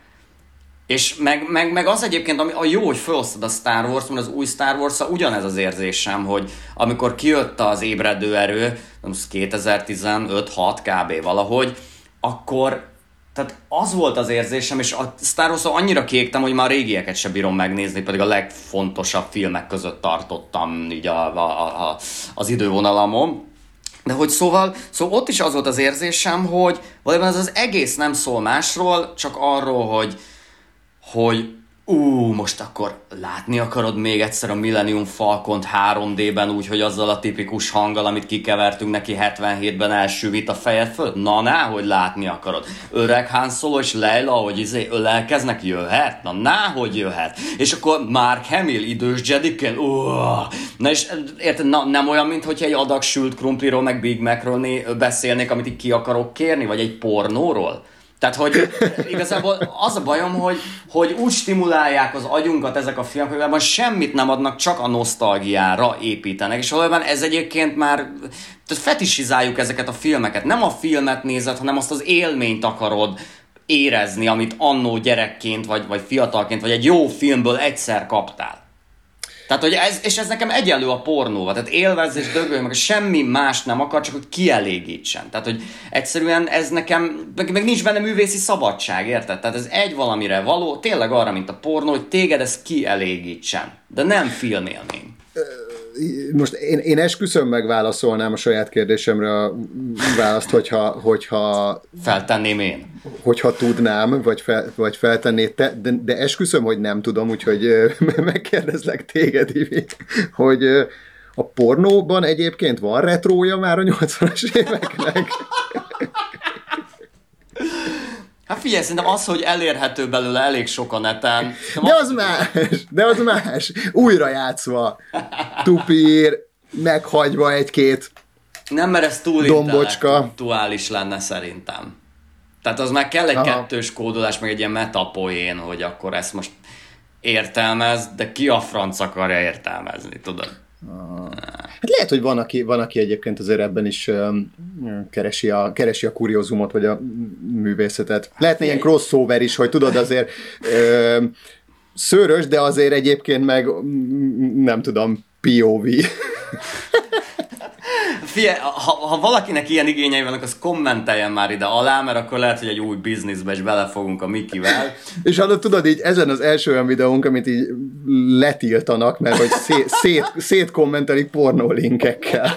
És meg, meg, meg az egyébként, ami a jó, hogy felosztod a Star Wars, mert az új Star Wars-a ugyanez az érzésem, hogy amikor kijött az ébredő erő, kétezer-tizenöt hat kb. Valahogy, akkor tehát az volt az érzésem, és a Star Wars-a annyira kiégtem, hogy már a régieket sem bírom megnézni, pedig a legfontosabb filmek között tartottam így a, a, a, az idővonalamon. De hogy szóval, szóval ott is az volt az érzésem, hogy valójában ez az egész nem szól másról, csak arról, hogy hogy ú, most akkor látni akarod még egyszer a Millennium Falcont három dében úgy, hogy azzal a tipikus hanggal, amit kikevertünk neki hetvenhétben elsüvít a fejed föl? Na, náhogy látni akarod. Öreg Han Solo és Leila, hogy izé ölelkeznek, jöhet? Na, náhogy jöhet. És akkor Mark Hamill idős Jedikkel, na és érted, na, nem olyan, mint hogyha egy adag sült krumpliról, meg Big Macról beszélnék, amit így ki akarok kérni, vagy egy pornóról. Tehát, hogy igazából az a bajom, hogy, hogy úgy stimulálják az agyunkat ezek a filmek, hogy valójában semmit nem adnak, csak a nosztalgiára építenek. És valójában ez egyébként már, tehát fetisizáljuk ezeket a filmeket. Nem a filmet nézed, hanem azt az élményt akarod érezni, amit annó gyerekként, vagy, vagy fiatalként, vagy egy jó filmből egyszer kaptál. Tehát, hogy ez, és ez nekem egyenlő a pornóval, tehát élvezz és dögölj meg, semmi más nem akar, csak hogy kielégítsen. Tehát, hogy egyszerűen ez nekem, meg, meg nincs benne művészi szabadság, érted? Tehát ez egy valamire való, tényleg arra, mint a pornó, hogy téged ez kielégítsen, de nem filmélmény. Most én, én esküszöm megválaszolnám a saját kérdésemre a választ, hogyha, hogyha feltenném én. Hogyha tudnám, vagy, fel, vagy feltennéd te, de, de esküszöm, hogy nem tudom, úgyhogy megkérdezlek téged, Ivi, hogy a pornóban egyébként van retrója már a nyolcvanas éveknek? Hát figyelj, szerintem az, hogy elérhető belőle elég sok a neten. De az más, de az más. Újra játszva. Tupír, meghagyva egy-két nem, mert ez túl dombocska. Intellektuális lenne szerintem. Tehát az már kell egy Aha. kettős kódolás, meg egy ilyen metapoén, hogy akkor ezt most értelmez, de ki a franc akarja értelmezni, tudod? Hát lehet, hogy van aki, van, aki egyébként azért ebben is um, keresi, a, keresi a kuriózumot, vagy a művészetet. Lehetne ilyen crossover is, hogy tudod azért um, szőrös, de azért egyébként meg nem tudom, pé o vé. Figyelj, ha, ha valakinek ilyen igényei vannak, az kommenteljen már ide alá, mert akkor lehet, hogy egy új bizniszbe is belefogunk a Mikivel. És hallod, tudod, így ezen az első olyan videónk, amit így letiltanak, mert hogy szét, szét, szétkommentelik pornólinkekkel.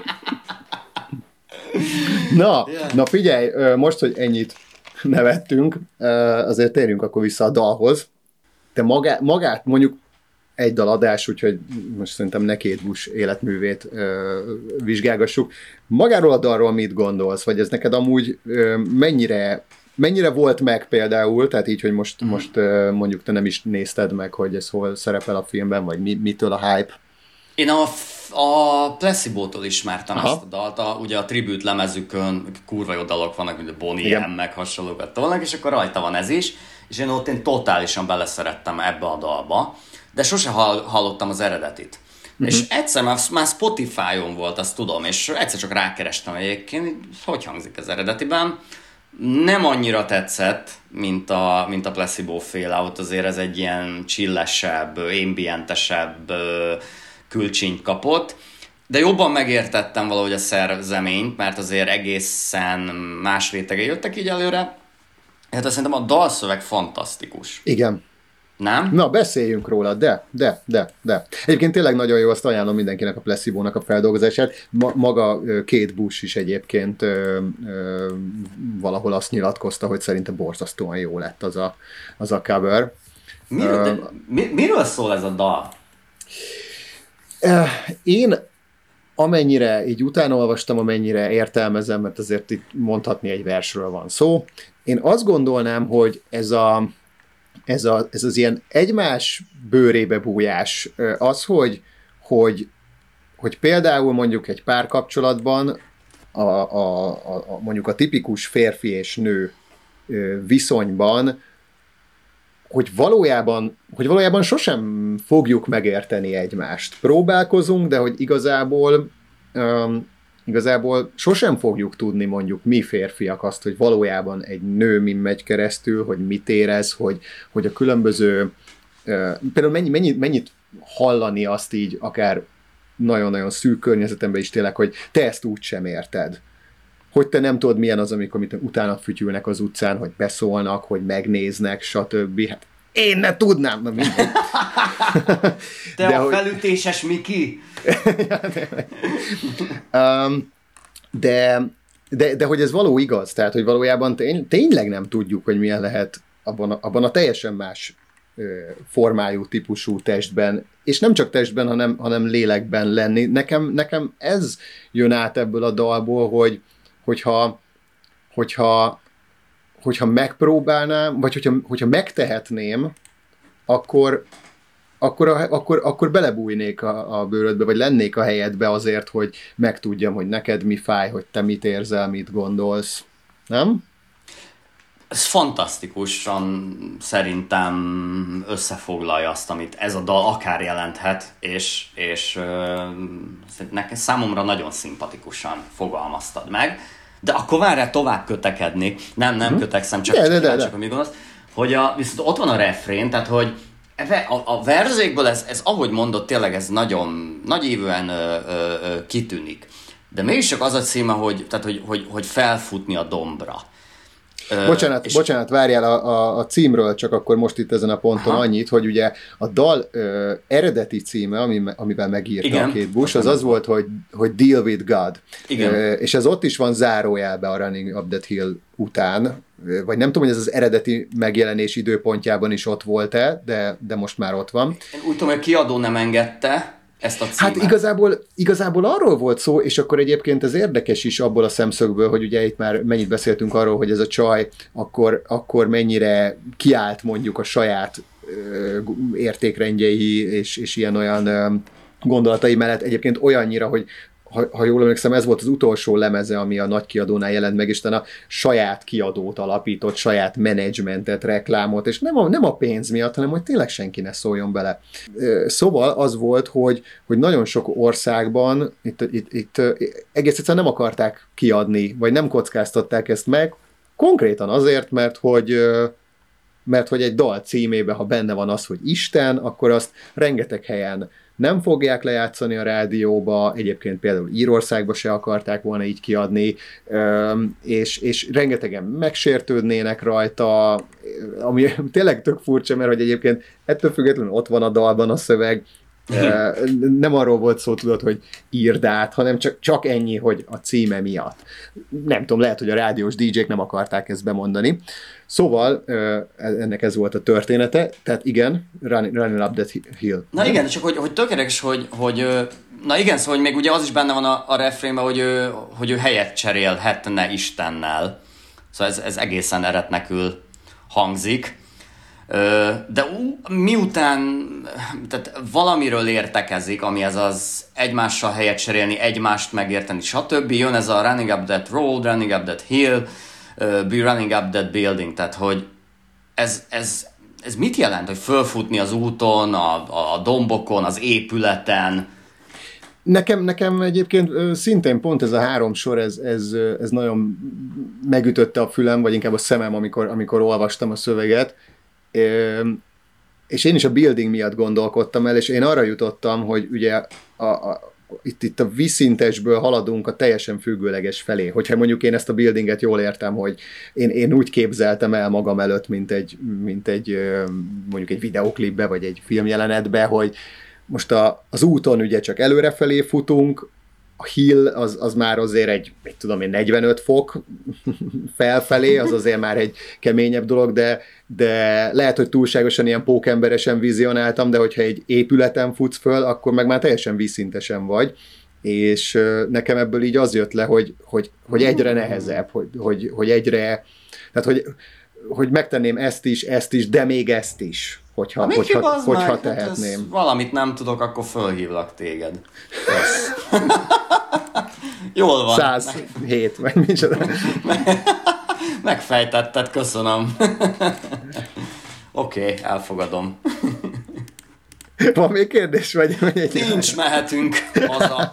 Na, yeah. na figyelj, most, hogy ennyit nevettünk, azért térjünk akkor vissza a dalhoz. Te magát, magát mondjuk egy daladás, úgyhogy most szerintem ne Kate Bush életművét ö, vizsgálgassuk. Magáról a dalról mit gondolsz? Vagy ez neked amúgy ö, mennyire, mennyire volt meg például, tehát így, hogy most, mm. most ö, mondjuk te nem is nézted meg, hogy ez hol szerepel a filmben, vagy mi, mitől a hype? Én a, a Placebo-tól ismertem Aha. ezt a dalt, a, ugye a tribute lemezükön kurva jó dalok vannak, mint a Bonnie M, meg hasonlókat tolnak, és akkor rajta van ez is, és én ott én totálisan beleszerettem ebbe a dalba, de sose hall, hallottam az eredetit. Uh-huh. És egyszer már, már Spotify-on volt, azt tudom, és egyszer csak rákerestem egyébként, hogy hangzik az eredetiben. Nem annyira tetszett, mint a, mint a Placebo féle, ott azért ez egy ilyen chillesebb, ambientesebb külcsínyt kapott, de jobban megértettem valahogy a szerzeményt, mert azért egészen más rétegei jöttek így előre. Hát azt szerintem a dalszöveg fantasztikus. Igen. Nem? Na, beszéljünk róla, de, de, de, de. Egyébként tényleg nagyon jó, azt ajánlom mindenkinek a Placebo-nak a feldolgozását. Ma, maga Kate Bush is egyébként ö, ö, valahol azt nyilatkozta, hogy szerintem borzasztóan jó lett az a, az a cover. Miről, de, mi, miről szól ez a dal? Én amennyire így utána olvastam, amennyire értelmezem, mert azért itt mondhatni egy versről van szó, én azt gondolnám, hogy ez a Ez, a, ez az ilyen egymás bőrébe bújás, az, hogy, hogy, hogy például mondjuk egy párkapcsolatban a, a, a, mondjuk a tipikus férfi és nő viszonyban, hogy valójában, hogy valójában sosem fogjuk megérteni egymást. Próbálkozunk, de hogy igazából um, igazából sosem fogjuk tudni mondjuk mi férfiak azt, hogy valójában egy nő min megy keresztül, hogy mit érez, hogy, hogy a különböző, uh, például mennyi, mennyi, mennyit hallani azt így, akár nagyon-nagyon szűk környezetemben is tényleg, hogy te ezt úgy sem érted. Hogy te nem tudod, milyen az, amikor utána fütyülnek az utcán, hogy beszólnak, hogy megnéznek, stb. Hát én ne tudnám, na mindegy. Te de a hogy... felütéses Miki? um, de, de, de hogy ez való igaz, tehát hogy valójában tény, tényleg nem tudjuk, hogy milyen lehet abban a, abban a teljesen más ö, formájú, típusú testben, és nem csak testben, hanem, hanem lélekben lenni. Nekem, nekem ez jön át ebből a dalból, hogy hogyha, hogyha, hogyha megpróbálnám, vagy hogyha, hogyha megtehetném, akkor Akkor, akkor, akkor belebújnék a, a bőrödbe, vagy lennék a helyedbe azért, hogy megtudjam, hogy neked mi fáj, hogy te mit érzel, mit gondolsz. Nem? Ez fantasztikusan szerintem összefoglalja azt, amit ez a dal akár jelenthet, és, és uh, nekem számomra nagyon szimpatikusan fogalmaztad meg. De akkor várjál, tovább kötekedni. Nem, nem hmm. kötekszem, csak, de, csak, de, de, csak mit gondolsz. Hogy a, viszont ott van a refrén, tehát hogy A, a verzékből ez, ez, ahogy mondott, tényleg ez nagyon nagyívűen ö, ö, ö, kitűnik. De mégis csak az a címe, hogy, tehát, hogy, hogy, hogy felfutni a dombra. Ö, bocsánat, és... bocsánat, várjál a, a, a címről, csak akkor most itt ezen a ponton Aha. annyit, hogy ugye a dal ö, eredeti címe, ami, amivel megírta Igen. a Kate Bush, az az volt, hogy, hogy Deal with God. Igen. Ö, és ez ott is van zárójelbe a Running Up That Hill után, vagy nem tudom, hogy ez az eredeti megjelenés időpontjában is ott volt-e, de, de most már ott van. Én úgy tudom, hogy a kiadó nem engedte ezt a címet. Hát igazából, igazából arról volt szó, és akkor egyébként ez érdekes is abból a szemszögből, hogy ugye itt már mennyit beszéltünk arról, hogy ez a csaj akkor, akkor mennyire kiállt mondjuk a saját ö, értékrendjei és, és ilyen-olyan ö, gondolatai mellett egyébként olyannyira, hogy ha, ha jól emlékszem, ez volt az utolsó lemeze, ami a nagy kiadónál jelent meg, és utána saját kiadót alapított, saját menedzsmentet, reklámot, és nem a, nem a pénz miatt, hanem hogy tényleg senki ne szóljon bele. Szóval az volt, hogy, hogy nagyon sok országban itt, itt, itt egész egyszerűen nem akarták kiadni, vagy nem kockáztatták ezt meg, konkrétan azért, mert hogy mert hogy egy dal címébe, ha benne van az, hogy Isten, akkor azt rengeteg helyen nem fogják lejátszani a rádióba, egyébként például Írországba se akarták volna így kiadni, és, és rengetegen megsértődnének rajta, ami tényleg tök furcsa, mert hogy egyébként ettől függetlenül ott van a dalban a szöveg, nem arról volt szó, tudod, hogy írd át, hanem csak, csak ennyi, hogy a címe miatt. Nem tudom, lehet, hogy a rádiós dé jék nem akarták ezt bemondani. Szóval ennek ez volt a története, tehát igen, Running, running Up That Hill. Na nem? Igen, csak hogy, hogy tökéletes, hogy, hogy na igen, szóval hogy még ugye az is benne van a, a refrénben, hogy ő, hogy ő helyet cserélhetne Istennel. Szóval ez, ez egészen eretnekül hangzik. De miután tehát valamiről értekezik, ami ez az egymással helyet cserélni, egymást megérteni, stb. Jön ez a running up that road, running up that hill, be running up that building, tehát hogy ez, ez, ez mit jelent, hogy fölfutni az úton, a, a dombokon, az épületen? Nekem, nekem egyébként szintén pont ez a három sor, ez, ez, ez nagyon megütötte a fülem, vagy inkább a szemem, amikor, amikor olvastam a szöveget. És én is a building miatt gondolkodtam el, és én arra jutottam, hogy ugye a, a, itt, itt a vízszintesből haladunk a teljesen függőleges felé. Hogyha mondjuk én ezt a buildinget jól értem, hogy én, én úgy képzeltem el magam előtt, mint egy, mint egy mondjuk egy videóklipbe, vagy egy filmjelenetbe, hogy most a, az úton ugye csak előrefelé futunk, a hill az, az már azért egy, egy tudom én, negyvenöt fok felfelé, az azért már egy keményebb dolog, de, de lehet, hogy túlságosan ilyen pókemberesen vizionáltam, de hogyha egy épületen futsz föl, akkor meg már teljesen vízszintesen vagy, és nekem ebből így az jött le, hogy, hogy, hogy egyre nehezebb, hogy, hogy, hogy egyre, tehát hogy, hogy megtenném ezt is, ezt is, de még ezt is, hogyha, hogyha, hogyha meg, tehetném. Hát valamit nem tudok, akkor fölhívlak téged. Jól van. száz hét, vagy micsoda. Megfejtetted, köszönöm. Oké, okay, elfogadom. Van még kérdés? Vagy, vagy egy Nincs, mehetünk haza.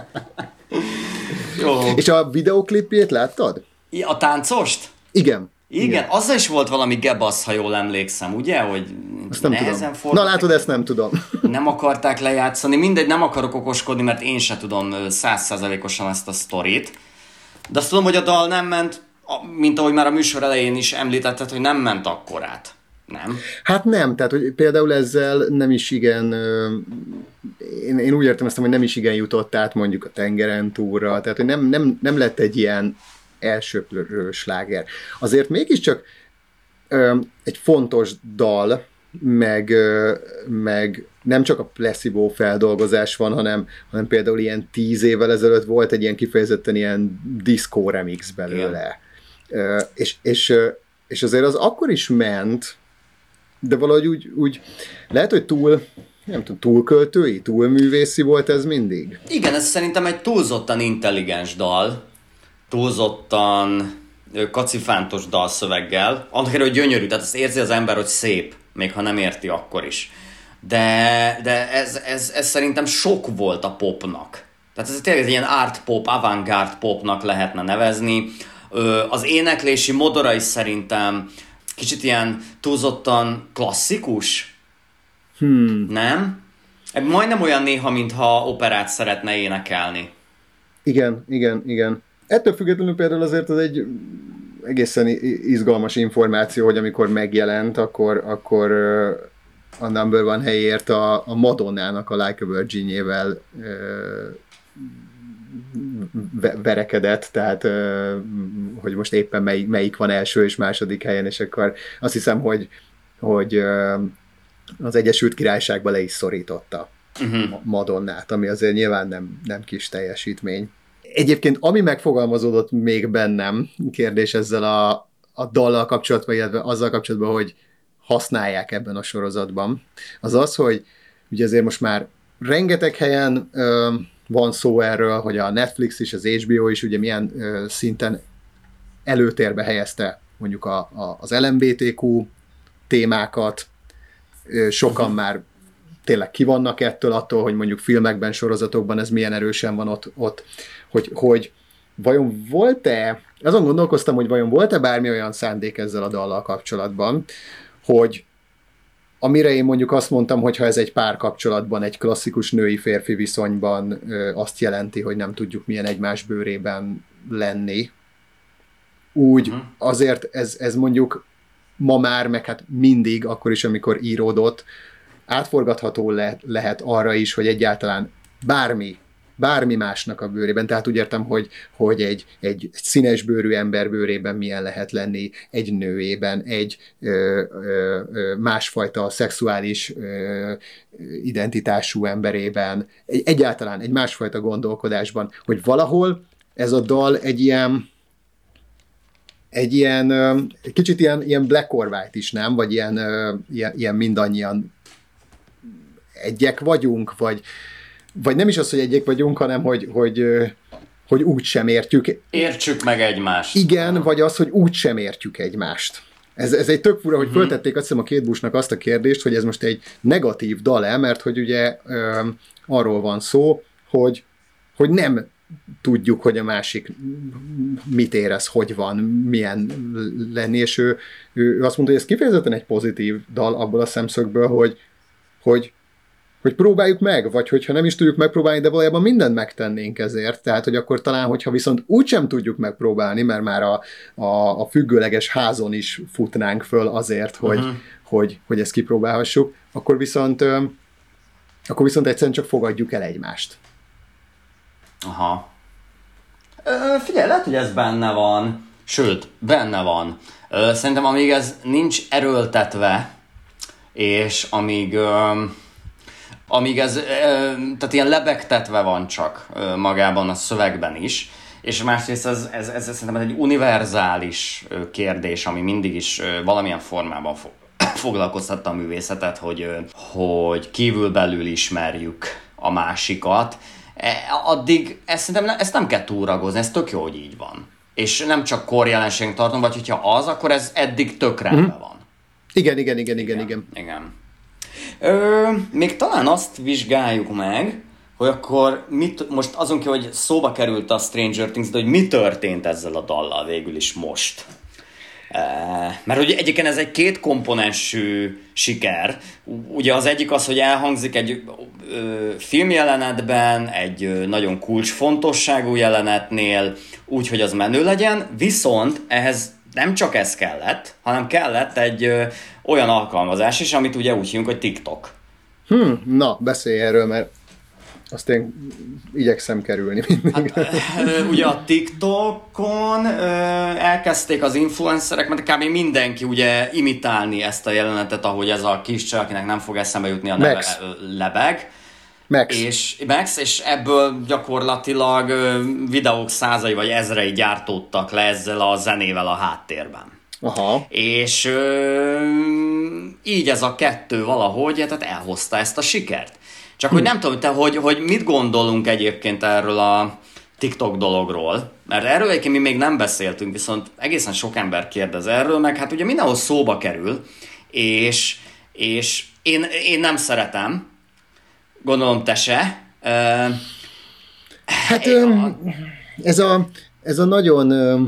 Jó. És a videoklipjét láttad? A táncost? Igen. Igen, Igen, azzal is volt valami gebasz, ha jól emlékszem, ugye? Hogy azt nem tudom. Na látod, ezt nem tudom. Nem akarták lejátszani, mindegy, nem akarok okoskodni, mert én se tudom száz százalékosan ezt a sztorit. De azt tudom, hogy a dal nem ment, mint ahogy már a műsor elején is említetted, hogy nem ment akkorát. Nem? Hát nem, tehát hogy például ezzel nem is igen, én, én úgy értem ezt, hogy nem is igen jutott át mondjuk a tengeren túlra, tehát hogy nem, nem, nem lett egy ilyen elsöprő sláger. Azért mégiscsak ö, egy fontos dal, meg, ö, meg nem csak a placebo feldolgozás van, hanem, hanem például ilyen tíz évvel ezelőtt volt egy ilyen kifejezetten ilyen disco remix belőle. Ö, és, és, és azért az akkor is ment, de valahogy úgy, úgy lehet, hogy túl nem tudom, túlköltői, túlművészi volt ez mindig? Igen, ez szerintem egy túlzottan intelligens dal, túlzottan kacifántos dalszöveggel, annak hogy gyönyörű, tehát azt érzi az ember, hogy szép, még ha nem érti akkor is. De, de ez, ez, ez szerintem sok volt a popnak. Tehát ez tényleg egy ilyen art pop, avantgárd popnak lehetne nevezni. Az éneklési modora is szerintem kicsit ilyen túlzottan klasszikus. Hmm. Nem? Majdnem olyan néha, mintha operát szeretne énekelni. Igen, igen, igen. Ettől függetlenül például azért az egy egészen izgalmas információ, hogy amikor megjelent, akkor, akkor a Number One helyért a, a Madonnának a Like a Virgin-jével verekedett, tehát hogy most éppen melyik, melyik van első és második helyen, és akkor azt hiszem, hogy, hogy az Egyesült Királyságba le is szorította. uh-huh. Madonnát, ami azért nyilván nem, nem kis teljesítmény. Egyébként, ami megfogalmazódott még bennem, kérdés ezzel a, a dallal kapcsolatban, illetve azzal kapcsolatban, hogy használják ebben a sorozatban, az az, hogy ugye azért most már rengeteg helyen ö, van szó erről, hogy a Netflix is, az há bé o is ugye milyen ö, szinten előtérbe helyezte mondjuk a, a, az el em bé té kú témákat, ö, sokan uh-huh. már tényleg ki vannak ettől, attól, hogy mondjuk filmekben, sorozatokban ez milyen erősen van ott, ott hogy, hogy vajon volt-e, azon gondolkoztam, hogy vajon volt-e bármi olyan szándék ezzel a dallal kapcsolatban, hogy amire én mondjuk azt mondtam, hogy ha ez egy párkapcsolatban, egy klasszikus női-férfi viszonyban ö, azt jelenti, hogy nem tudjuk milyen egymás bőrében lenni, úgy uh-huh. azért ez, ez mondjuk ma már, meg hát mindig, akkor is, amikor íródott, átforgatható le, lehet arra is, hogy egyáltalán bármi, bármi másnak a bőrében. Tehát úgy értem, hogy, hogy egy, egy színes bőrű ember bőrében milyen lehet lenni, egy nőében, egy ö, ö, ö, másfajta szexuális ö, identitású emberében, egy, egyáltalán egy másfajta gondolkodásban, hogy valahol ez a dal egy ilyen egy ilyen, egy kicsit ilyen, ilyen black or white is, nem? Vagy ilyen, ilyen, ilyen mindannyian egyek vagyunk, vagy, vagy nem is az, hogy egyek vagyunk, hanem hogy, hogy, hogy úgy sem értjük. Értsük meg egymást. Igen, vagy az, hogy úgy sem értjük egymást. Ez, ez egy tök fura, hogy uh-huh. föltették azt hiszem a Kate Bushnak azt a kérdést, hogy ez most egy negatív dal-e, mert hogy ugye ö, arról van szó, hogy, hogy nem tudjuk, hogy a másik mit érez, hogy van, milyen lenni, és ő, ő azt mondta, hogy ez kifejezetten egy pozitív dal abból a szemszögből, hogy, hogy, hogy próbáljuk meg, vagy hogyha nem is tudjuk megpróbálni, de valójában mindent megtennénk ezért, tehát, hogy akkor talán, hogyha viszont úgysem tudjuk megpróbálni, mert már a, a, a függőleges házon is futnánk föl azért, hogy, uh-huh. hogy, hogy ezt kipróbálhassuk, akkor viszont, akkor viszont egyszerűen csak fogadjuk el egymást. Aha. Ö, figyelj, lehet, hogy ez benne van. Sőt, benne van. Ö, szerintem amíg ez nincs erőltetve, és amíg, ö, amíg ez ö, tehát ilyen lebegtetve van csak ö, magában a szövegben is, és másrészt ez, ez, ez, ez szerintem egy univerzális kérdés, ami mindig is ö, valamilyen formában fog, foglalkoztatta a művészetet, hogy, ö, hogy kívül-belül ismerjük a másikat. Addig ezt, szerintem, ezt nem kell túragozni, ez tök jó, hogy így van. És nem csak korjelenségnek tartom, vagy hogyha az, akkor ez eddig tök rendben mm-hmm. van. Igen, igen, igen, igen, igen. igen. igen. Ö, még talán azt vizsgáljuk meg, hogy akkor mit, most azon ki, hogy szóba került a Stranger Things, de hogy mi történt ezzel a dallal végül is most. Mert ugye egyébként ez egy két komponensű siker. Ugye az egyik az, hogy elhangzik egy ö, filmjelenetben, egy ö, nagyon kulcsfontosságú jelenetnél, úgy, hogy az menő legyen, viszont ehhez nem csak ez kellett, hanem kellett egy ö, olyan alkalmazás is, amit ugye úgy hívunk, hogy TikTok. Hmm, na, beszélj erről, mert azt én igyekszem kerülni mindig. Hát, ugye a TikTokon elkezdték az influencerek, mert kb. Mindenki ugye imitálni ezt a jelenetet, ahogy ez a kis csaj, akinek nem fog eszembe jutni a neve, Max. lebeg. Max. És, Max, és ebből gyakorlatilag videók százai vagy ezrei gyártódtak le ezzel a zenével a háttérben. Aha. És ö, így ez a kettő valahogy tehát elhozta ezt a sikert. Csak hm. hogy nem tudom, te, hogy, hogy mit gondolunk egyébként erről a TikTok dologról, mert erről egyébként mi még nem beszéltünk, viszont egészen sok ember kérdez erről, meg hát ugye mindenhol szóba kerül, és, és én, én nem szeretem, gondolom te se. Uh, hát um, ez a Ez a nagyon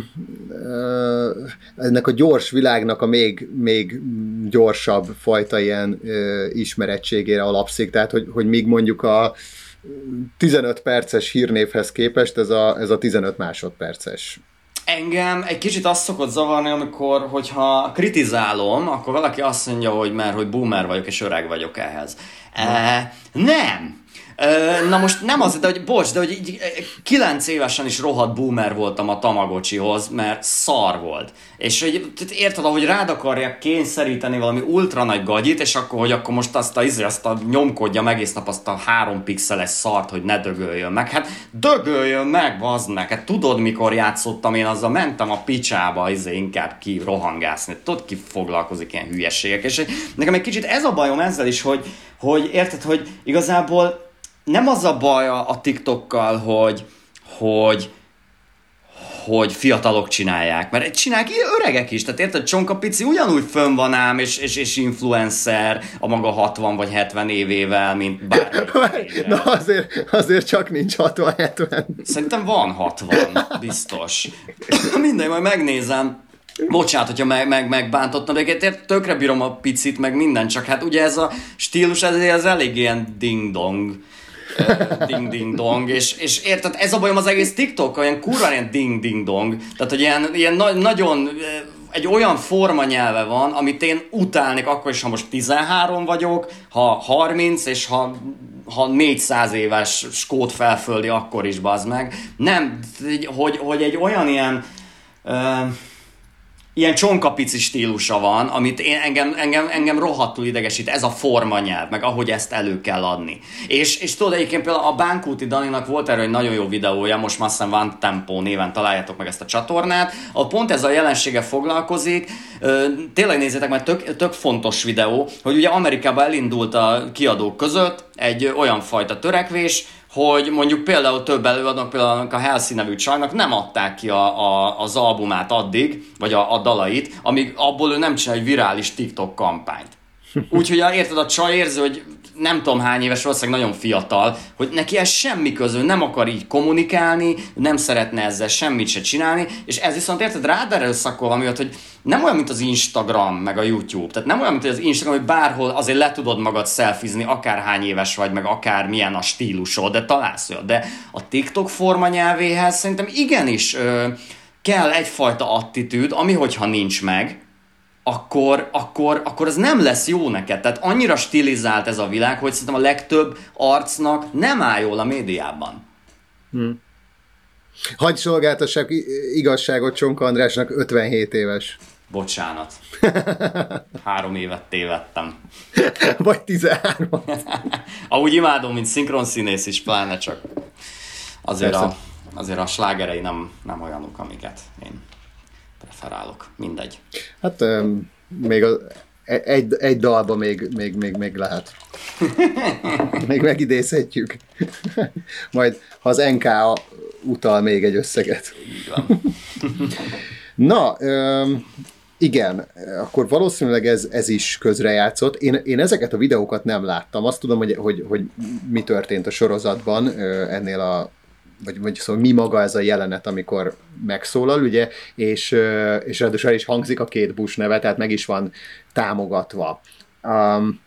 uh, ennek a gyors világnak a még, még gyorsabb fajta ilyen uh, ismerettségére alapszik, tehát hogy, hogy míg mondjuk a tizenöt perces hírnévhez képest ez a, ez a tizenöt másodperces. Engem egy kicsit azt szokott zavarni, amikor, hogyha kritizálom, akkor valaki azt mondja, hogy mert hogy boomer vagyok és öreg vagyok ehhez. E, nem! Na most nem az, de hogy bocs, de hogy így kilenc évesen is rohadt boomer voltam a Tamagocsihoz, mert szar volt. És hogy érted, ahogy rád akarják kényszeríteni valami ultra nagy gagyit, és akkor, hogy akkor most azt a, azt a nyomkodjam egész nap azt a három pixeles szart, hogy ne dögöljön meg. Hát dögöljön meg, bazd meg. Hát tudod, mikor játszottam én, azzal mentem a picsába, izé, inkább ki rohangászni. Tudod, ki foglalkozik ilyen hülyeségek. És nekem egy kicsit ez a bajom ezzel is, hogy, hogy érted, hogy igazából nem az a baj a TikTokkal, hogy, hogy, hogy fiatalok csinálják, mert csinálják ilyen öregek is, tehát érted, Csonka Pici ugyanúgy fönn van ám, és, és, és influencer a maga hatvan vagy hetven évével, mint bármelyik. Na azért, azért csak nincs hatvan hetven. Szerintem van hatvan, biztos. Mindegy, majd megnézem. Bocsánat, hogyha meg, meg, megbántottam, de tökre bírom a Picit, meg minden, csak hát ugye ez a stílus, ez, ez elég ilyen ding-dong. ding-ding-dong, és, és érted, ez a bajom az egész TikTok, olyan kurva ilyen ding-ding-dong, tehát hogy ilyen, ilyen na- nagyon, egy olyan formanyelve van, amit én utálnék akkor is, ha most tizenhárom vagyok, ha harminc, és ha, ha négyszáz éves skót felföldi, akkor is bazd meg. Nem, hogy, hogy egy olyan ilyen uh, ilyen csonkapici stílusa van, amit én, engem, engem, engem rohadtul idegesít, ez a formanyelv, meg ahogy ezt elő kell adni. És, és tudod, egyébként például a Bánkúti Daninak volt erről egy nagyon jó videója, most már aztán Van Tempo néven találjátok meg ezt a csatornát, ahol pont ezzel a jelenséggel foglalkozik. Tényleg nézzétek, mert tök, tök fontos videó, hogy ugye Amerikában elindult a kiadók között egy olyan fajta törekvés, hogy mondjuk például több előadók, például a Halsey nevű csajnak nem adták ki a, a, az albumát addig, vagy a, a dalait, amíg abból ő nem csinál egy virális TikTok kampányt. Úgyhogy érted, a csaj érzi, hogy nem tudom hány éves, valószínűleg nagyon fiatal, hogy neki ez semmi közül, nem akar így kommunikálni, nem szeretne ezzel semmit se csinálni, és ez viszont érted, rád erőszakol valamiatt, hogy nem olyan, mint az Instagram, meg a YouTube, tehát nem olyan, mint az Instagram, hogy bárhol azért le tudod magad szelfizni, akárhány éves vagy, meg akár milyen a stílusod, de találsz olyat. De a TikTok formanyelvéhez szerintem igenis ö, kell egyfajta attitűd, ami hogyha nincs meg, akkor, akkor, akkor az nem lesz jó neked. Tehát annyira stilizált ez a világ, hogy szerintem a legtöbb arcnak nem áll jól a médiában. Hmm. Hagy szolgáltassak igazságot Csonka Andrásnak, ötvenhét éves. Bocsánat. Három évet tévedtem. Vagy tizenhárom. Ahogy imádom, mint szinkronszínész is, pláne csak azért a, azért a slágerei nem, nem olyanok, amiket én preferálok. Mindegy. Hát um, még az, egy, egy dalba még, még, még, még lehet. Még megidézhetjük. Majd, ha az en ká utal még egy összeget. Így van. Na, um, igen, akkor valószínűleg ez, ez is közrejátszott. Én, én ezeket a videókat nem láttam. Azt tudom, hogy, hogy, hogy mi történt a sorozatban ennél a vagy, vagy szóval mi maga ez a jelenet, amikor megszólal, ugye, és, és ráadásul is hangzik a két Bush neve, tehát meg is van támogatva. Um,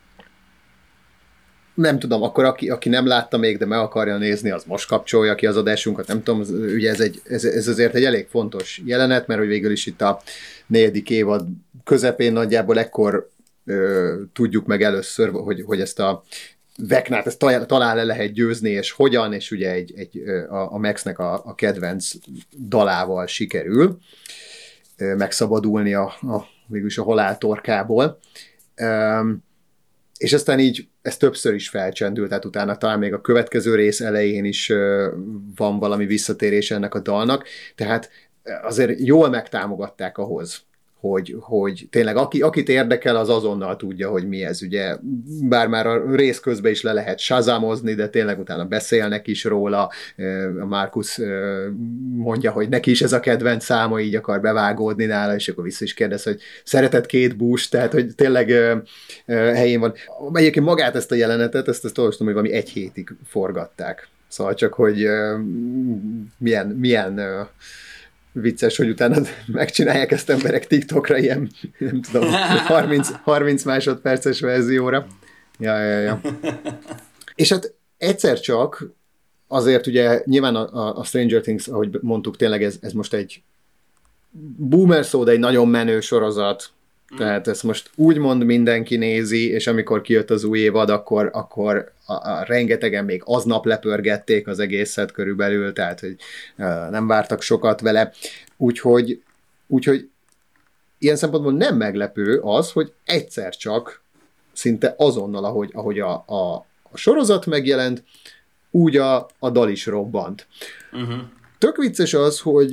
nem tudom, akkor aki, aki nem látta még, de meg akarja nézni, az most kapcsolja ki az adásunkat, nem tudom, ugye ez, egy, ez, ez azért egy elég fontos jelenet, mert hogy végül is itt a negyedik évad közepén nagyjából ekkor ö, tudjuk meg először, hogy, hogy ezt a Vecnát, ezt talán le lehet győzni, és hogyan, és ugye egy, egy, a, a Maxnek a, a kedvenc dalával sikerül megszabadulni a, a, végülis a halál torkából. Um, és aztán így ez többször is felcsendült, tehát utána talán még a következő rész elején is uh, van valami visszatérés ennek a dalnak, tehát azért jól megtámogatták ahhoz, Hogy, hogy tényleg aki, akit érdekel, az azonnal tudja, hogy mi ez. Ugye, bár már a rész közben is le lehet sazamozni, de tényleg utána beszélnek is róla. A Marcus mondja, hogy neki is ez a kedvenc száma, így akar bevágódni nála, és akkor vissza is kérdez, hogy szeretett két Bush, tehát hogy tényleg helyén van. Egyébként magát ezt a jelenetet, ezt, ezt olvastam, hogy valami egy hétig forgatták. Szóval csak, hogy milyen, milyen vicces, hogy utána megcsinálják ezt emberek TikTokra ilyen, nem tudom, harminc, harminc másodperces verzióra. Ja, ja, ja. És hát egyszer csak azért ugye nyilván a, a Stranger Things, ahogy mondtuk, tényleg ez, ez most egy boomer szó, de egy nagyon menő sorozat, Tehát ezt most úgymond mindenki nézi, és amikor kijött az új évad, akkor, akkor a, a rengetegen még aznap lepörgették az egészet körülbelül, tehát hogy uh, nem vártak sokat vele. Úgyhogy, úgyhogy ilyen szempontból nem meglepő az, hogy egyszer csak szinte azonnal, ahogy, ahogy a, a, a sorozat megjelent, úgy a, a dal is robbant. Uh-huh. Tök vicces az, hogy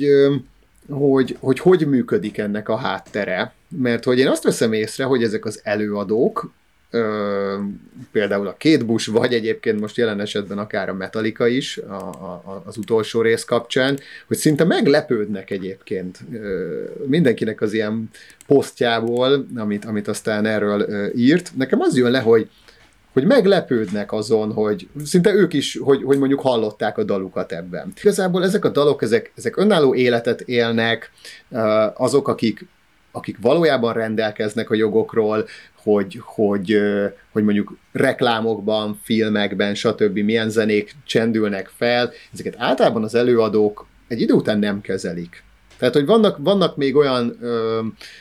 hogy, hogy hogy működik ennek a háttere, mert hogy én azt veszem észre, hogy ezek az előadók, ö, például a Kate Bush, vagy egyébként most jelen esetben akár a Metallica is a, a, az utolsó rész kapcsán, hogy szinte meglepődnek egyébként ö, mindenkinek az ilyen posztjából, amit, amit aztán erről ö, írt. Nekem az jön le, hogy hogy meglepődnek azon, hogy szinte ők is, hogy, hogy mondjuk hallották a dalukat ebben. Igazából ezek a dalok, ezek, ezek önálló életet élnek, azok, akik, akik valójában rendelkeznek a jogokról, hogy, hogy, hogy mondjuk reklámokban, filmekben, stb. Milyen zenék csendülnek fel, ezeket általában az előadók egy idő után nem kezelik. Tehát, hogy vannak, vannak még olyan ö,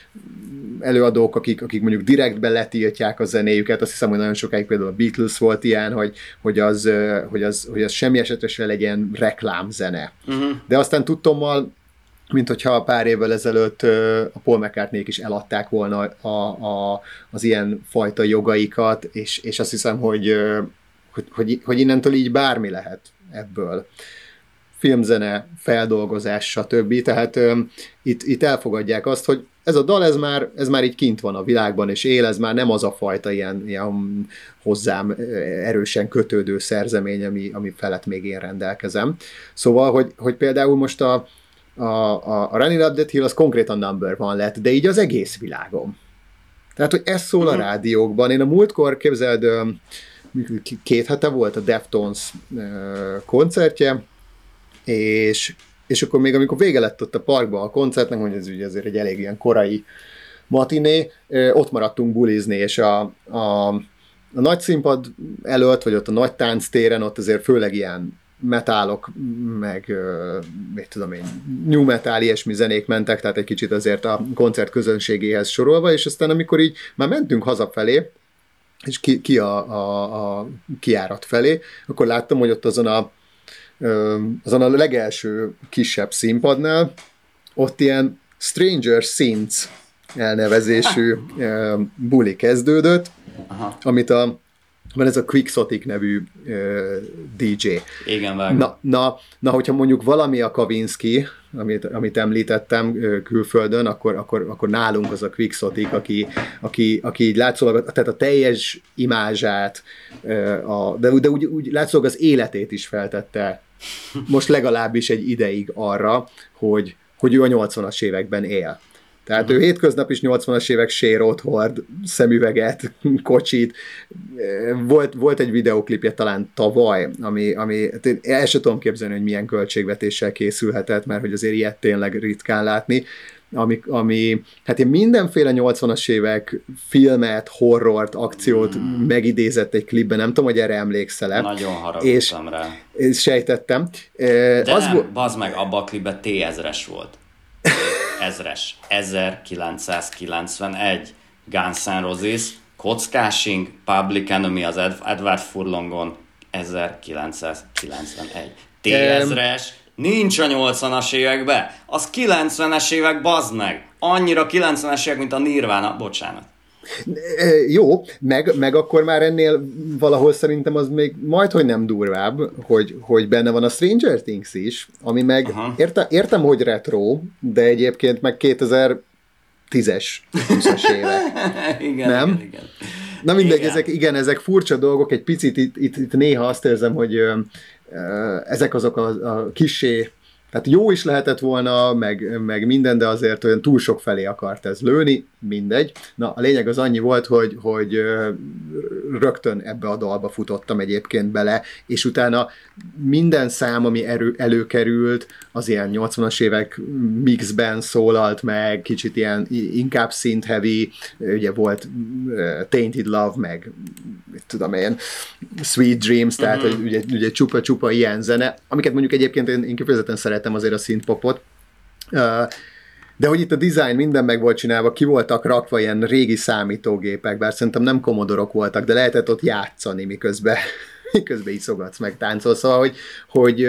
előadók, akik, akik mondjuk direktben letiltják a zenéjüket, azt hiszem, hogy nagyon sokáig például a Beatles volt ilyen, hogy, hogy, az, hogy, az, hogy az semmi esetre se legyen reklámzene. Uh-huh. De aztán tudtommal, mint hogyha pár évvel ezelőtt a Paul McCartneyk is eladták volna a, a, az ilyen fajta jogaikat, és, és azt hiszem, hogy, hogy, hogy, hogy innentől így bármi lehet ebből. Filmzene, feldolgozás, stb. Tehát um, itt, itt elfogadják azt, hogy ez a dal, ez már, ez már így kint van a világban, és él, ez már nem az a fajta ilyen, ilyen hozzám erősen kötődő szerzemény, ami, ami felett még én rendelkezem. Szóval, hogy, hogy például most a, a, a Running Up That Hill az konkrétan number van lett, de így az egész világon. Tehát, hogy ez szól a rádiókban. Én a múltkor, képzeld, két hete volt a Deftones koncertje, És, és akkor még amikor vége lett ott a parkban a koncertnek, hogy ez ugye azért egy elég ilyen korai matiné, ott maradtunk bulizni, és a, a, a nagy színpad előtt, vagy ott a nagy tánctéren, ott azért főleg ilyen metálok, meg mit tudom én, new metal, ilyesmi zenék mentek, tehát egy kicsit azért a koncert közönségéhez sorolva, és aztán amikor így már mentünk hazafelé, és ki, ki a, a, a kijárat felé, akkor láttam, hogy ott azon a azon a legelső kisebb színpadnál, ott ilyen Stranger Things elnevezésű buli kezdődött, aha, amit a van ez a Quixotic nevű uh, dé dzsé. Igen, vágom. Na, na, na, hogyha mondjuk valami a Kavinsky, amit, amit említettem uh, külföldön, akkor, akkor, akkor nálunk az a Quixotic, aki, aki, aki így látszólag, tehát a teljes imázsát, uh, a, de, de úgy, úgy látszólag az életét is feltette most legalábbis egy ideig arra, hogy, hogy ő a nyolcvanas években él. Tehát uh-huh. ő hétköznap is nyolcvanas évek sérót hord, szemüveget, kocsit. Volt, volt egy videóklipje talán tavaly, ami, ami én el sem tudom képzelni, hogy milyen költségvetéssel készülhetett, mert hogy azért ilyet tényleg ritkán látni. Ami, ami hát én mindenféle nyolcvanas évek filmet, horrort, akciót mm. megidézett egy klipben, nem tudom, hogy erre emlékszel-e. Nagyon haragudtam rá. És sejtettem. De az nem, vo- bazd meg, abban a klipben T ezres volt. Ezres. ezerkilencszázkilencvenegy. Guns N' Roses, Kockásing, Public Enemy az Ed- Edward Furlongon, ezerkilencszázkilencvenegy. T ezres, nincs a nyolcvanas években, az kilencvenes évek, bazd meg. Annyira kilencvenes évek, mint a Nirvana, bocsánat. Jó, meg, meg akkor már ennél valahol szerintem az még majdhogy nem durvább, hogy, hogy benne van a Stranger Things is, ami meg érte, értem, hogy retro, de egyébként meg kétezer-tízes, húszas évek. Igen, nem? igen, igen. Na mindegy, igen. Ezek, igen, ezek furcsa dolgok, egy picit itt, itt, itt néha azt érzem, hogy ö, ö, ezek azok a, a kissé, tehát jó is lehetett volna, meg, meg minden, de azért olyan túl sok felé akart ez lőni, mindegy. Na, a lényeg az annyi volt, hogy, hogy rögtön ebbe a dalba futottam egyébként bele, és utána minden szám, ami erő, előkerült, az ilyen nyolcvanas évek mixben szólalt meg, kicsit ilyen inkább synth-heavy, ugye volt Tainted Love, meg mit tudom én, Sweet Dreams, tehát uh-huh. ugye, ugye csupa-csupa ilyen zene, amiket mondjuk egyébként én, én kifejezetten szeretem azért a synthpopot. Uh, De hogy itt a design minden meg volt csinálva, ki voltak rakva ilyen régi számítógépek, bár szerintem nem Commodore-ok voltak, de lehetett ott játszani, miközben, miközben iszogatsz, meg táncolsz. Szóval, hogy, hogy,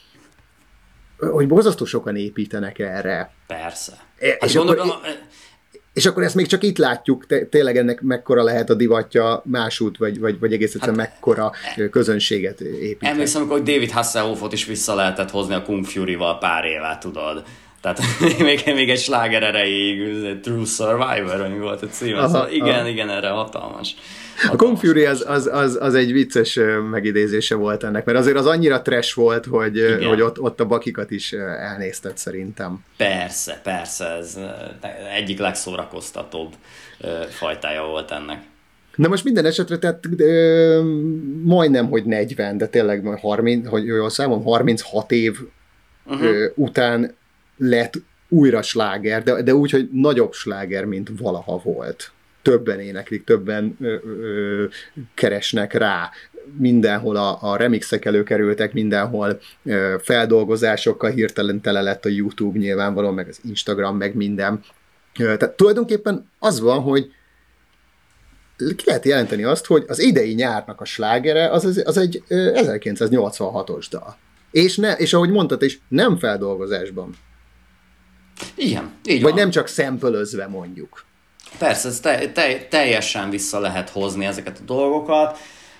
hogy borzasztó sokan építenek erre. Persze. És, hát akkor, gondolom, és akkor ezt még csak itt látjuk, tényleg ennek mekkora lehet a divatja másút, vagy, vagy, vagy egész egyszerűen hát, mekkora közönséget épít. Emlékszem, amikor David Hasselhoffot is vissza lehetett hozni a Kung Fury-val pár éve, tudod. Tehát még, még egy sláger erejéig, True Survivor, ami volt a címe. Aha, szóval igen, aha. igen, erre hatalmas. hatalmas a Kung Fury az, az, az, az egy vicces megidézése volt ennek, mert azért az annyira trash volt, hogy, hogy ott, ott a bakikat is elnézted szerintem. Persze, persze, ez egyik legszórakoztatóbb fajtája volt ennek. Na most minden esetre, tehát ö, majdnem, hogy negyven, de tényleg majd harminc, hogy jól számom, harminchat év uh-huh. ö, után lett újra sláger, de, de úgy, hogy nagyobb sláger, mint valaha volt. Többen éneklik, többen ö, ö, keresnek rá. Mindenhol a, a remixek előkerültek, mindenhol ö, feldolgozásokkal hirtelen tele lett a YouTube nyilvánvalóan, meg az Instagram, meg minden. Ö, tehát tulajdonképpen az van, hogy ki lehet jelenteni azt, hogy az idei nyárnak a slágere az, az egy ezerkilencszáznyolcvanhatos dal. És, ne, és ahogy mondtad is, nem feldolgozásban. Igen, így Vagy van. nem csak szempölözve mondjuk. Persze, ez te, te, teljesen vissza lehet hozni ezeket a dolgokat.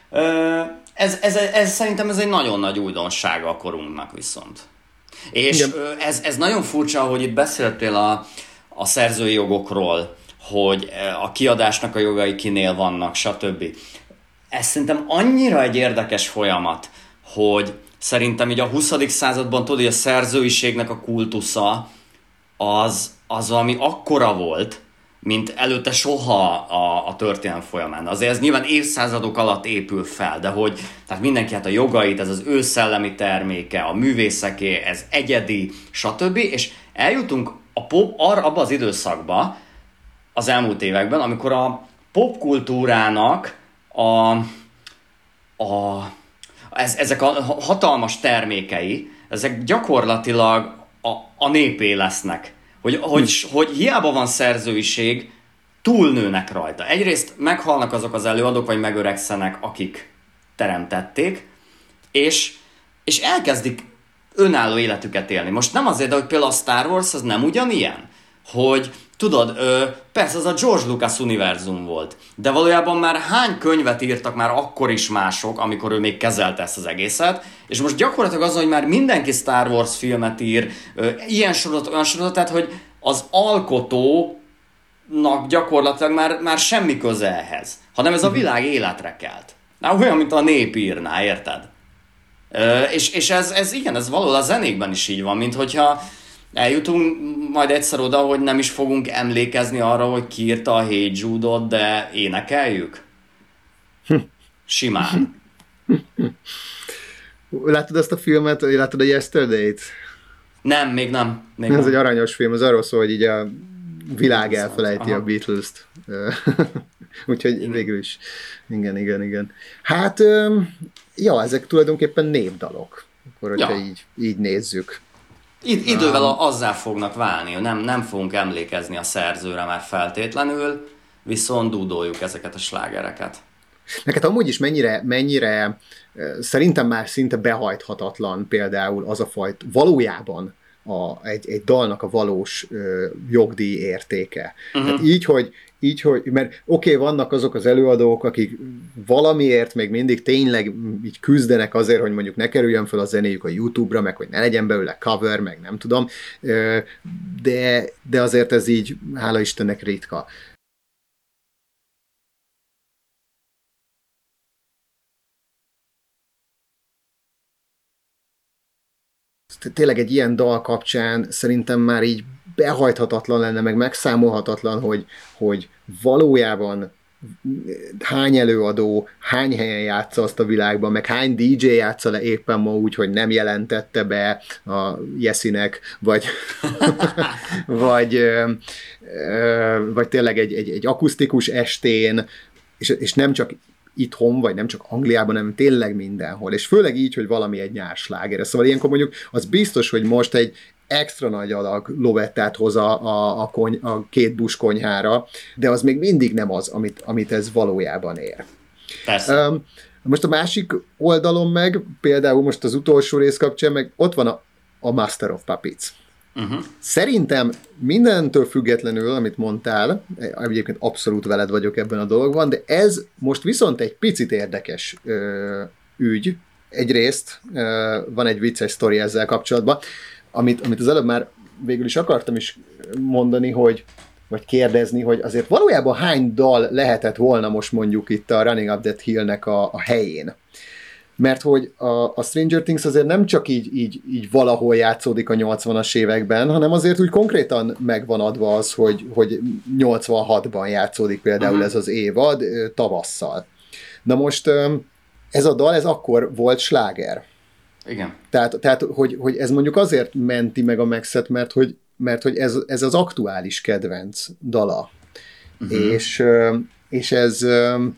Ez, ez, ez, szerintem ez egy nagyon nagy újdonsága a korunknak viszont. És ez, ez nagyon furcsa, hogy itt beszéltél a, a szerzői jogokról, hogy a kiadásnak a jogai kinél vannak, stb. Ez szerintem annyira egy érdekes folyamat, hogy szerintem így a huszadik században tudod, hogy a szerzőiségnek a kultusza az, az valami akkora volt, mint előtte soha a, a történelem folyamán. Azért ez nyilván évszázadok alatt épül fel, de hogy tehát mindenki hát a jogait, ez az ő szellemi terméke, a művészeké, ez egyedi, stb. És eljutunk a pop, arra, abba az időszakba, az elmúlt években, amikor a popkultúrának a, a, ez, ezek a hatalmas termékei, ezek gyakorlatilag a, a népé lesznek. Hogy, hogy, hogy hiába van szerzőiség, túlnőnek rajta. Egyrészt meghalnak azok az előadók, vagy megöregszenek, akik teremtették, és, és elkezdik önálló életüket élni. Most nem azért, de hogy például a Star Wars az nem ugyanilyen, hogy tudod, ö, persze az a George Lucas univerzum volt, de valójában már hány könyvet írtak már akkor is mások, amikor ő még kezelte ezt az egészet, és most gyakorlatilag az, hogy már mindenki Star Wars filmet ír, ö, ilyen sorozat, olyan sorozat, tehát hogy az alkotónak gyakorlatilag már, már semmi köze ehhez, hanem ez a világ életre kelt. Na, olyan, mint a nép írná, érted? Ö, és és ez, ez igen, ez valahol a zenékben is így van, mint hogyha eljutunk majd egyszer oda, hogy nem is fogunk emlékezni arra, hogy ki írta a Hey Jude-ot, de énekeljük? Simán. Láttad ezt a filmet, vagy láttad a Yesterday-t? Nem, még nem. Még Ez nem. egy aranyos film, az arról szól, hogy így a világ elfelejti Aha. a Beatles-t. Úgyhogy igen. Végül is. Igen, igen, igen. Hát, ja, ezek tulajdonképpen népdalok. Akkor, hogyha ja. így, így nézzük. Id- idővel um, azzá fognak válni, nem, nem fogunk emlékezni a szerzőre már feltétlenül, viszont dúdoljuk ezeket a slágereket. Neked amúgy is mennyire, mennyire szerintem már szinte behajthatatlan például az a fajta, valójában a, egy, egy dalnak a valós ö, jogdíj értéke. Uh-huh. Tehát így, hogy, így, hogy mert oké, okay, vannak azok az előadók, akik valamiért még mindig tényleg így küzdenek azért, hogy mondjuk ne kerüljön fel a zenéjük a YouTube-ra, meg hogy ne legyen belőle cover, meg nem tudom, de, de azért ez így, hála Istennek, ritka. Tényleg egy ilyen dal kapcsán szerintem már így behajthatatlan lenne, meg megszámolhatatlan, hogy, hogy valójában hány előadó, hány helyen játsza azt a világban, meg hány dé dzsé játsza le éppen ma úgy, hogy nem jelentette be a Jessinek, vagy, vagy, vagy tényleg egy, egy, egy akusztikus estén, és, és nem csak itthon, vagy nem csak Angliában, hanem tényleg mindenhol. És főleg így, hogy valami egy nyársláger. Szóval ilyenkor mondjuk az biztos, hogy most egy extra nagy adag lovettát hoz a, a, a, kony, a két busz konyhára, de az még mindig nem az, amit, amit ez valójában ér. Persze. Um, most a másik oldalon meg, például most az utolsó rész kapcsán, meg ott van a, a Master of Puppets. Uh-huh. Szerintem mindentől függetlenül, amit mondtál, egyébként abszolút veled vagyok ebben a dologban, de ez most viszont egy picit érdekes ö, ügy. Egyrészt ö, van egy vicces sztori ezzel kapcsolatban, amit, amit az előbb már végül is akartam is mondani, hogy vagy kérdezni, hogy azért valójában hány dal lehetett volna most mondjuk itt a Running Up That Hill-nek a, a helyén. Mert hogy a, a Stranger Things azért nem csak így, így, így valahol játszódik a nyolcvanas években, hanem azért úgy konkrétan megvan adva az, hogy, hogy nyolcvanhatban játszódik például uh-huh. ez az évad tavasszal. Na most ez a dal, ez akkor volt sláger. Igen. Tehát, tehát hogy, hogy ez mondjuk azért menti meg a Maxet, mert hogy, mert hogy ez, ez az aktuális kedvenc dala. Uh-huh. És, és ez...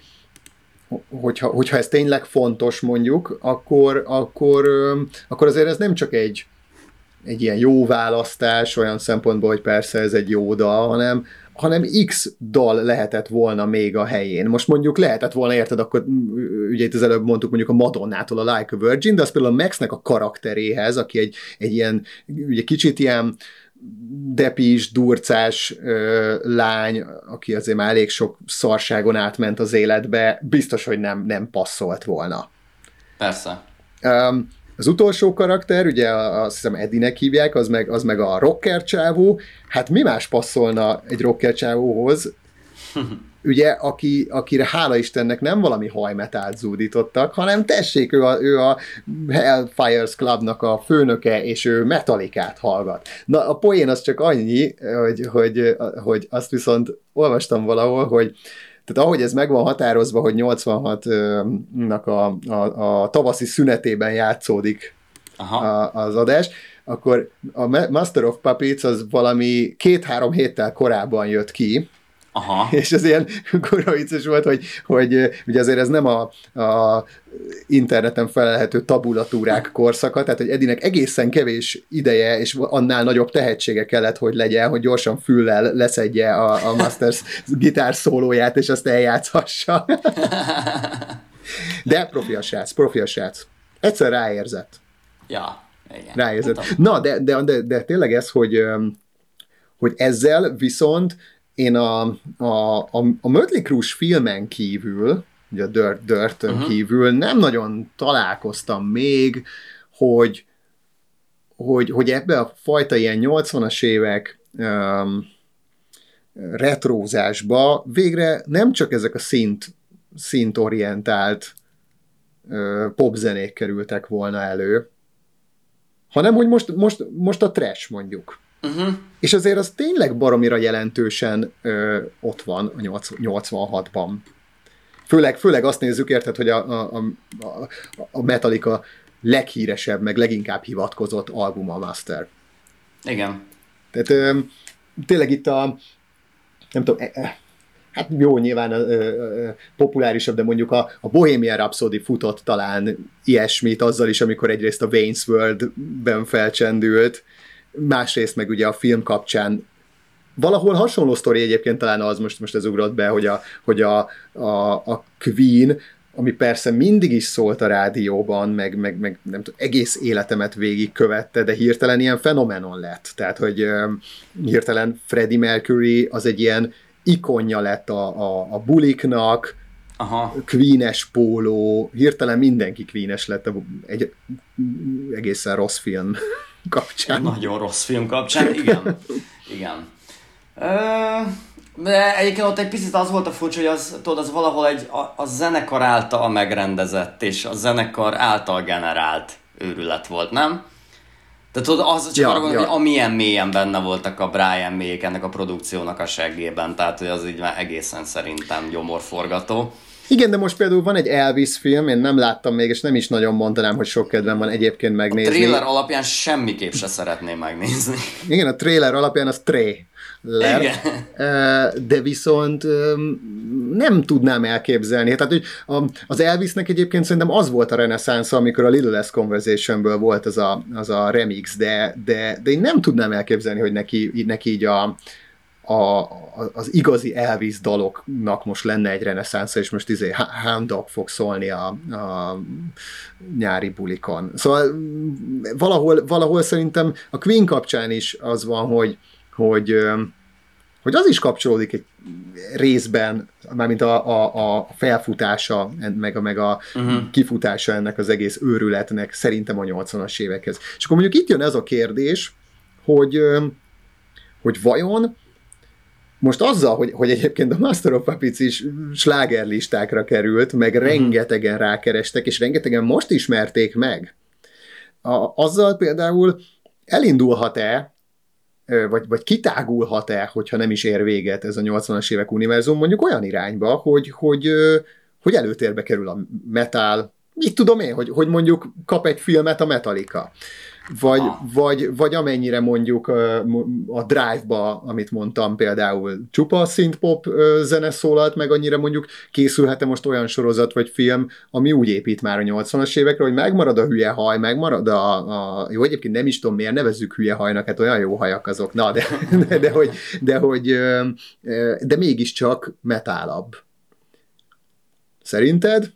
Hogyha, hogyha ez tényleg fontos mondjuk, akkor, akkor, akkor azért ez nem csak egy, egy ilyen jó választás, olyan szempontból, hogy persze ez egy jó dal, hanem, hanem X dal lehetett volna még a helyén. Most mondjuk lehetett volna, érted, akkor ugye itt az előbb mondtuk mondjuk a Madonnától a Like a Virgin, de az például a Maxnek a karakteréhez, aki egy, egy ilyen, ugye kicsit ilyen depis, durcás ö, lány, aki azért már elég sok szarságon átment az életbe, biztos, hogy nem, nem passzolt volna. Persze. Um, az utolsó karakter, ugye azt hiszem Eddie-nek hívják, az meg, az meg a rocker csávó. Hát mi más passzolna egy rocker csávóhoz, ugye, aki, akire hála Istennek nem valami hajmetált zúdítottak, hanem tessék, ő a, ő a Hellfires Clubnak a főnöke, és ő Metallicát hallgat. Na, a poén az csak annyi, hogy, hogy, hogy azt viszont olvastam valahol, hogy tehát ahogy ez meg van határozva, hogy nyolcvanhatnak a, a, a tavaszi szünetében játszódik a, az adás, akkor a Master of Puppets az valami két-három héttel korábban jött ki. Aha. És az ilyen kurva vicces volt, hogy, hogy ugye azért ez nem a, a interneten felelhető tabulatúrák korszaka, tehát hogy Eddie-nek egészen kevés ideje, és annál nagyobb tehetsége kellett, hogy legyen, hogy gyorsan füllel leszedje a, a Masters gitár szólóját, és azt eljátszhassa. De profi a srác, profi a srác. Egyszer ráérzett. Ja, igen. Ráérzett. Na, de, de, de, de tényleg ez, hogy, hogy ezzel viszont én a, a, a, a Mötley Crüe filmen kívül, ugye a Dirt, Dirtön uh-huh. kívül nem nagyon találkoztam még, hogy, hogy, hogy ebbe a fajta ilyen nyolcvanas évek um, retrózásba végre nem csak ezek a szint, szintorientált uh, popzenék kerültek volna elő, hanem hogy most, most, most a trash mondjuk. Uh-huh. És azért az tényleg baromira jelentősen ö, ott van a nyolcvanhatban. Főleg, főleg azt nézzük, érted, hogy a, a, a, a Metallica leghíresebb, meg leginkább hivatkozott albuma a Master. Igen. Tehát ö, tényleg itt a nem tudom, e, e, hát jó, nyilván ö, ö, populárisabb, de mondjuk a, a Bohemian Rhapsody futott talán ilyesmit azzal is, amikor egyrészt a Wayne's World-ben felcsendült, másrészt meg ugye a film kapcsán valahol hasonló sztori egyébként talán az, most, most ez ugrott be, hogy a, hogy a, a, a Queen, ami persze mindig is szólt a rádióban, meg, meg, meg nem tudom, egész életemet végigkövette, de hirtelen ilyen fenomenon lett. Tehát, hogy um, hirtelen Freddie Mercury az egy ilyen ikonja lett a, a, a buliknak, aha. Queen-es póló, hirtelen mindenki Queen-es lett a, egy egészen rossz film kapcsán. Nagyon rossz film kapcsán, igen. igen. De egyébként ott egy picit az volt a furcsa, hogy az, tudod, az valahol egy, a, a zenekar által megrendezett, és a zenekar által generált őrület volt, nem? Tehát tudod, az csak ja, arra gondolom, ja. hogy amilyen mélyen benne voltak a Brian May-ek ennek a produkciónak a seggében, tehát hogy az így már egészen szerintem gyomorforgató. Igen, de most például van egy Elvis film, én nem láttam még, és nem is nagyon mondanám, hogy sok kedvem van egyébként megnézni. A trailer alapján semmiképp se szeretném megnézni. Igen, a trailer alapján az tré. Igen. De viszont nem tudnám elképzelni. Tehát, hogy az Elvisnek egyébként szerintem az volt a reneszánsza, amikor a Little Less Conversationből volt az a, az a remix, de, de, de én nem tudnám elképzelni, hogy neki, neki így a, a, az igazi Elvis daloknak most lenne egy reneszánsza, és most izé Hound Dog fog szólni a, a nyári bulikon. Szóval valahol, valahol szerintem a Queen kapcsán is az van, hogy, hogy, hogy az is kapcsolódik egy részben, mármint a, a, a felfutása, meg a, meg a uh-huh. kifutása ennek az egész őrületnek szerintem a nyolcvanas évekhez. És akkor mondjuk itt jön ez a kérdés, hogy, hogy vajon most azzal, hogy, hogy egyébként a Master of Puppets is slágerlistákra került, meg uh-huh. rengetegen rákerestek, és rengetegen most ismerték meg, a, azzal például elindulhat-e, vagy, vagy kitágulhat-e, hogyha nem is ér véget ez a nyolcvanas évek univerzum, mondjuk olyan irányba, hogy, hogy, hogy előtérbe kerül a metal, mit tudom én, hogy, hogy mondjuk kap egy filmet a Metallica. Vagy, ah. vagy, vagy amennyire mondjuk a Drive-ba, amit mondtam, például csupa synth-pop zene szólalt, meg annyira mondjuk készülhet-e most olyan sorozat vagy film, ami úgy épít már a nyolcvanas évekre, hogy megmarad a hülye haj, megmarad a, a jó, egyébként nem is tudom, miért nevezzük hülye hajnak, hát olyan jó hajak azok, na, de, de, de, hogy, de, hogy de mégiscsak metálabb. Szerinted?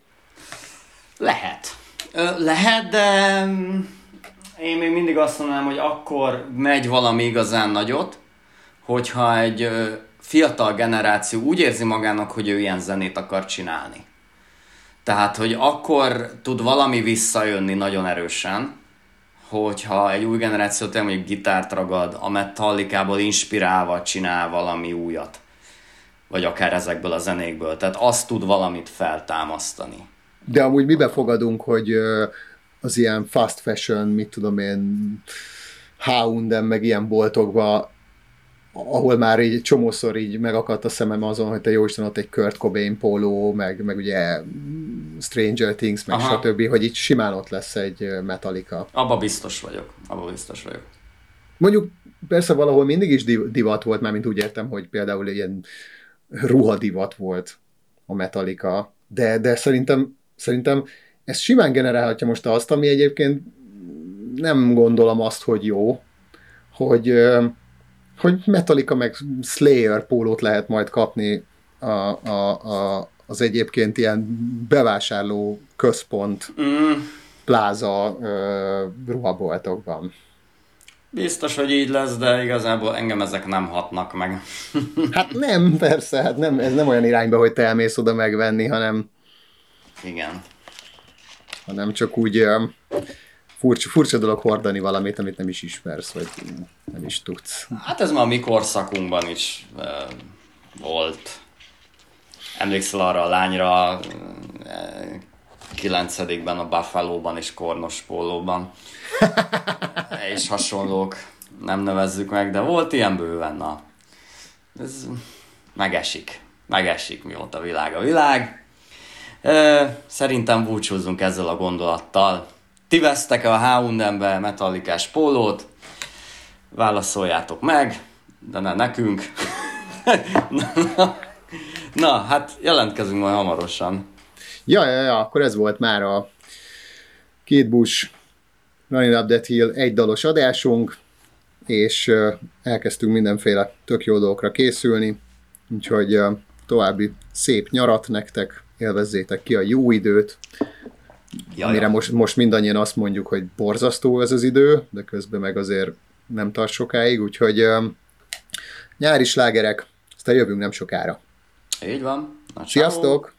Lehet. Lehet, de én még mindig azt mondanám, hogy akkor megy valami igazán nagyot, hogyha egy fiatal generáció úgy érzi magának, hogy ő ilyen zenét akar csinálni. Tehát, hogy akkor tud valami visszajönni nagyon erősen, hogyha egy új generáció tényleg mondjuk gitárt ragad, a Metallicából inspirálva csinál valami újat. Vagy akár ezekből a zenékből. Tehát azt tud valamit feltámasztani. De amúgy mibe fogadunk, hogy az ilyen fast fashion, mit tudom én, há és em, meg ilyen boltokba, ahol már így csomószor így megakadt a szemem azon, hogy te jóisten ott egy Kurt Cobain póló, meg, meg ugye Stranger Things, meg Aha. stb., hogy itt simán ott lesz egy Metallica. Abba biztos vagyok, abba biztos vagyok. Mondjuk persze valahol mindig is divat volt, már mint úgy értem, hogy például ilyen ruhadivat volt a Metallica, de, de szerintem, szerintem ez simán generálhatja most azt, ami egyébként nem gondolom azt, hogy jó, hogy, hogy Metallica meg Slayer pólót lehet majd kapni a, a, a, az egyébként ilyen bevásárló központ, mm. pláza ruhaboltokban. Biztos, hogy így lesz, de igazából engem ezek nem hatnak meg. Hát nem, persze, hát nem, ez nem olyan irányba, hogy te elmész oda megvenni, hanem igen. hanem csak úgy furcsa, furcsa dolog hordani valamit, amit nem is ismersz, vagy nem is tudsz. Hát ez már a mi korszakunkban is uh, volt. Emlékszel arra a lányra uh, kilencedikben a Buffalo-ban és kornos pólóban. És hasonlók, nem nevezzük meg, de volt ilyen bőven, na. Ez megesik. Megesik, mióta a világ a világ. Szerintem búcsúzzunk ezzel a gondolattal. Ti vesztek-e a há és em-be metallikás pólót? Válaszoljátok meg, de ne nekünk. na, na, na, hát jelentkezünk majd hamarosan. Ja, ja, ja, akkor ez volt már a Kate Bush Running Up That Hill egy dalos adásunk, és elkezdtünk mindenféle tök jó dolgokra készülni, úgyhogy további szép nyarat nektek, élvezzétek ki a jó időt, Jaj, amire most, most mindannyian azt mondjuk, hogy borzasztó ez az idő, de közben meg azért nem tart sokáig, úgyhogy nyári slágerek, aztán jövünk nem sokára. Így van. Na, sziasztok!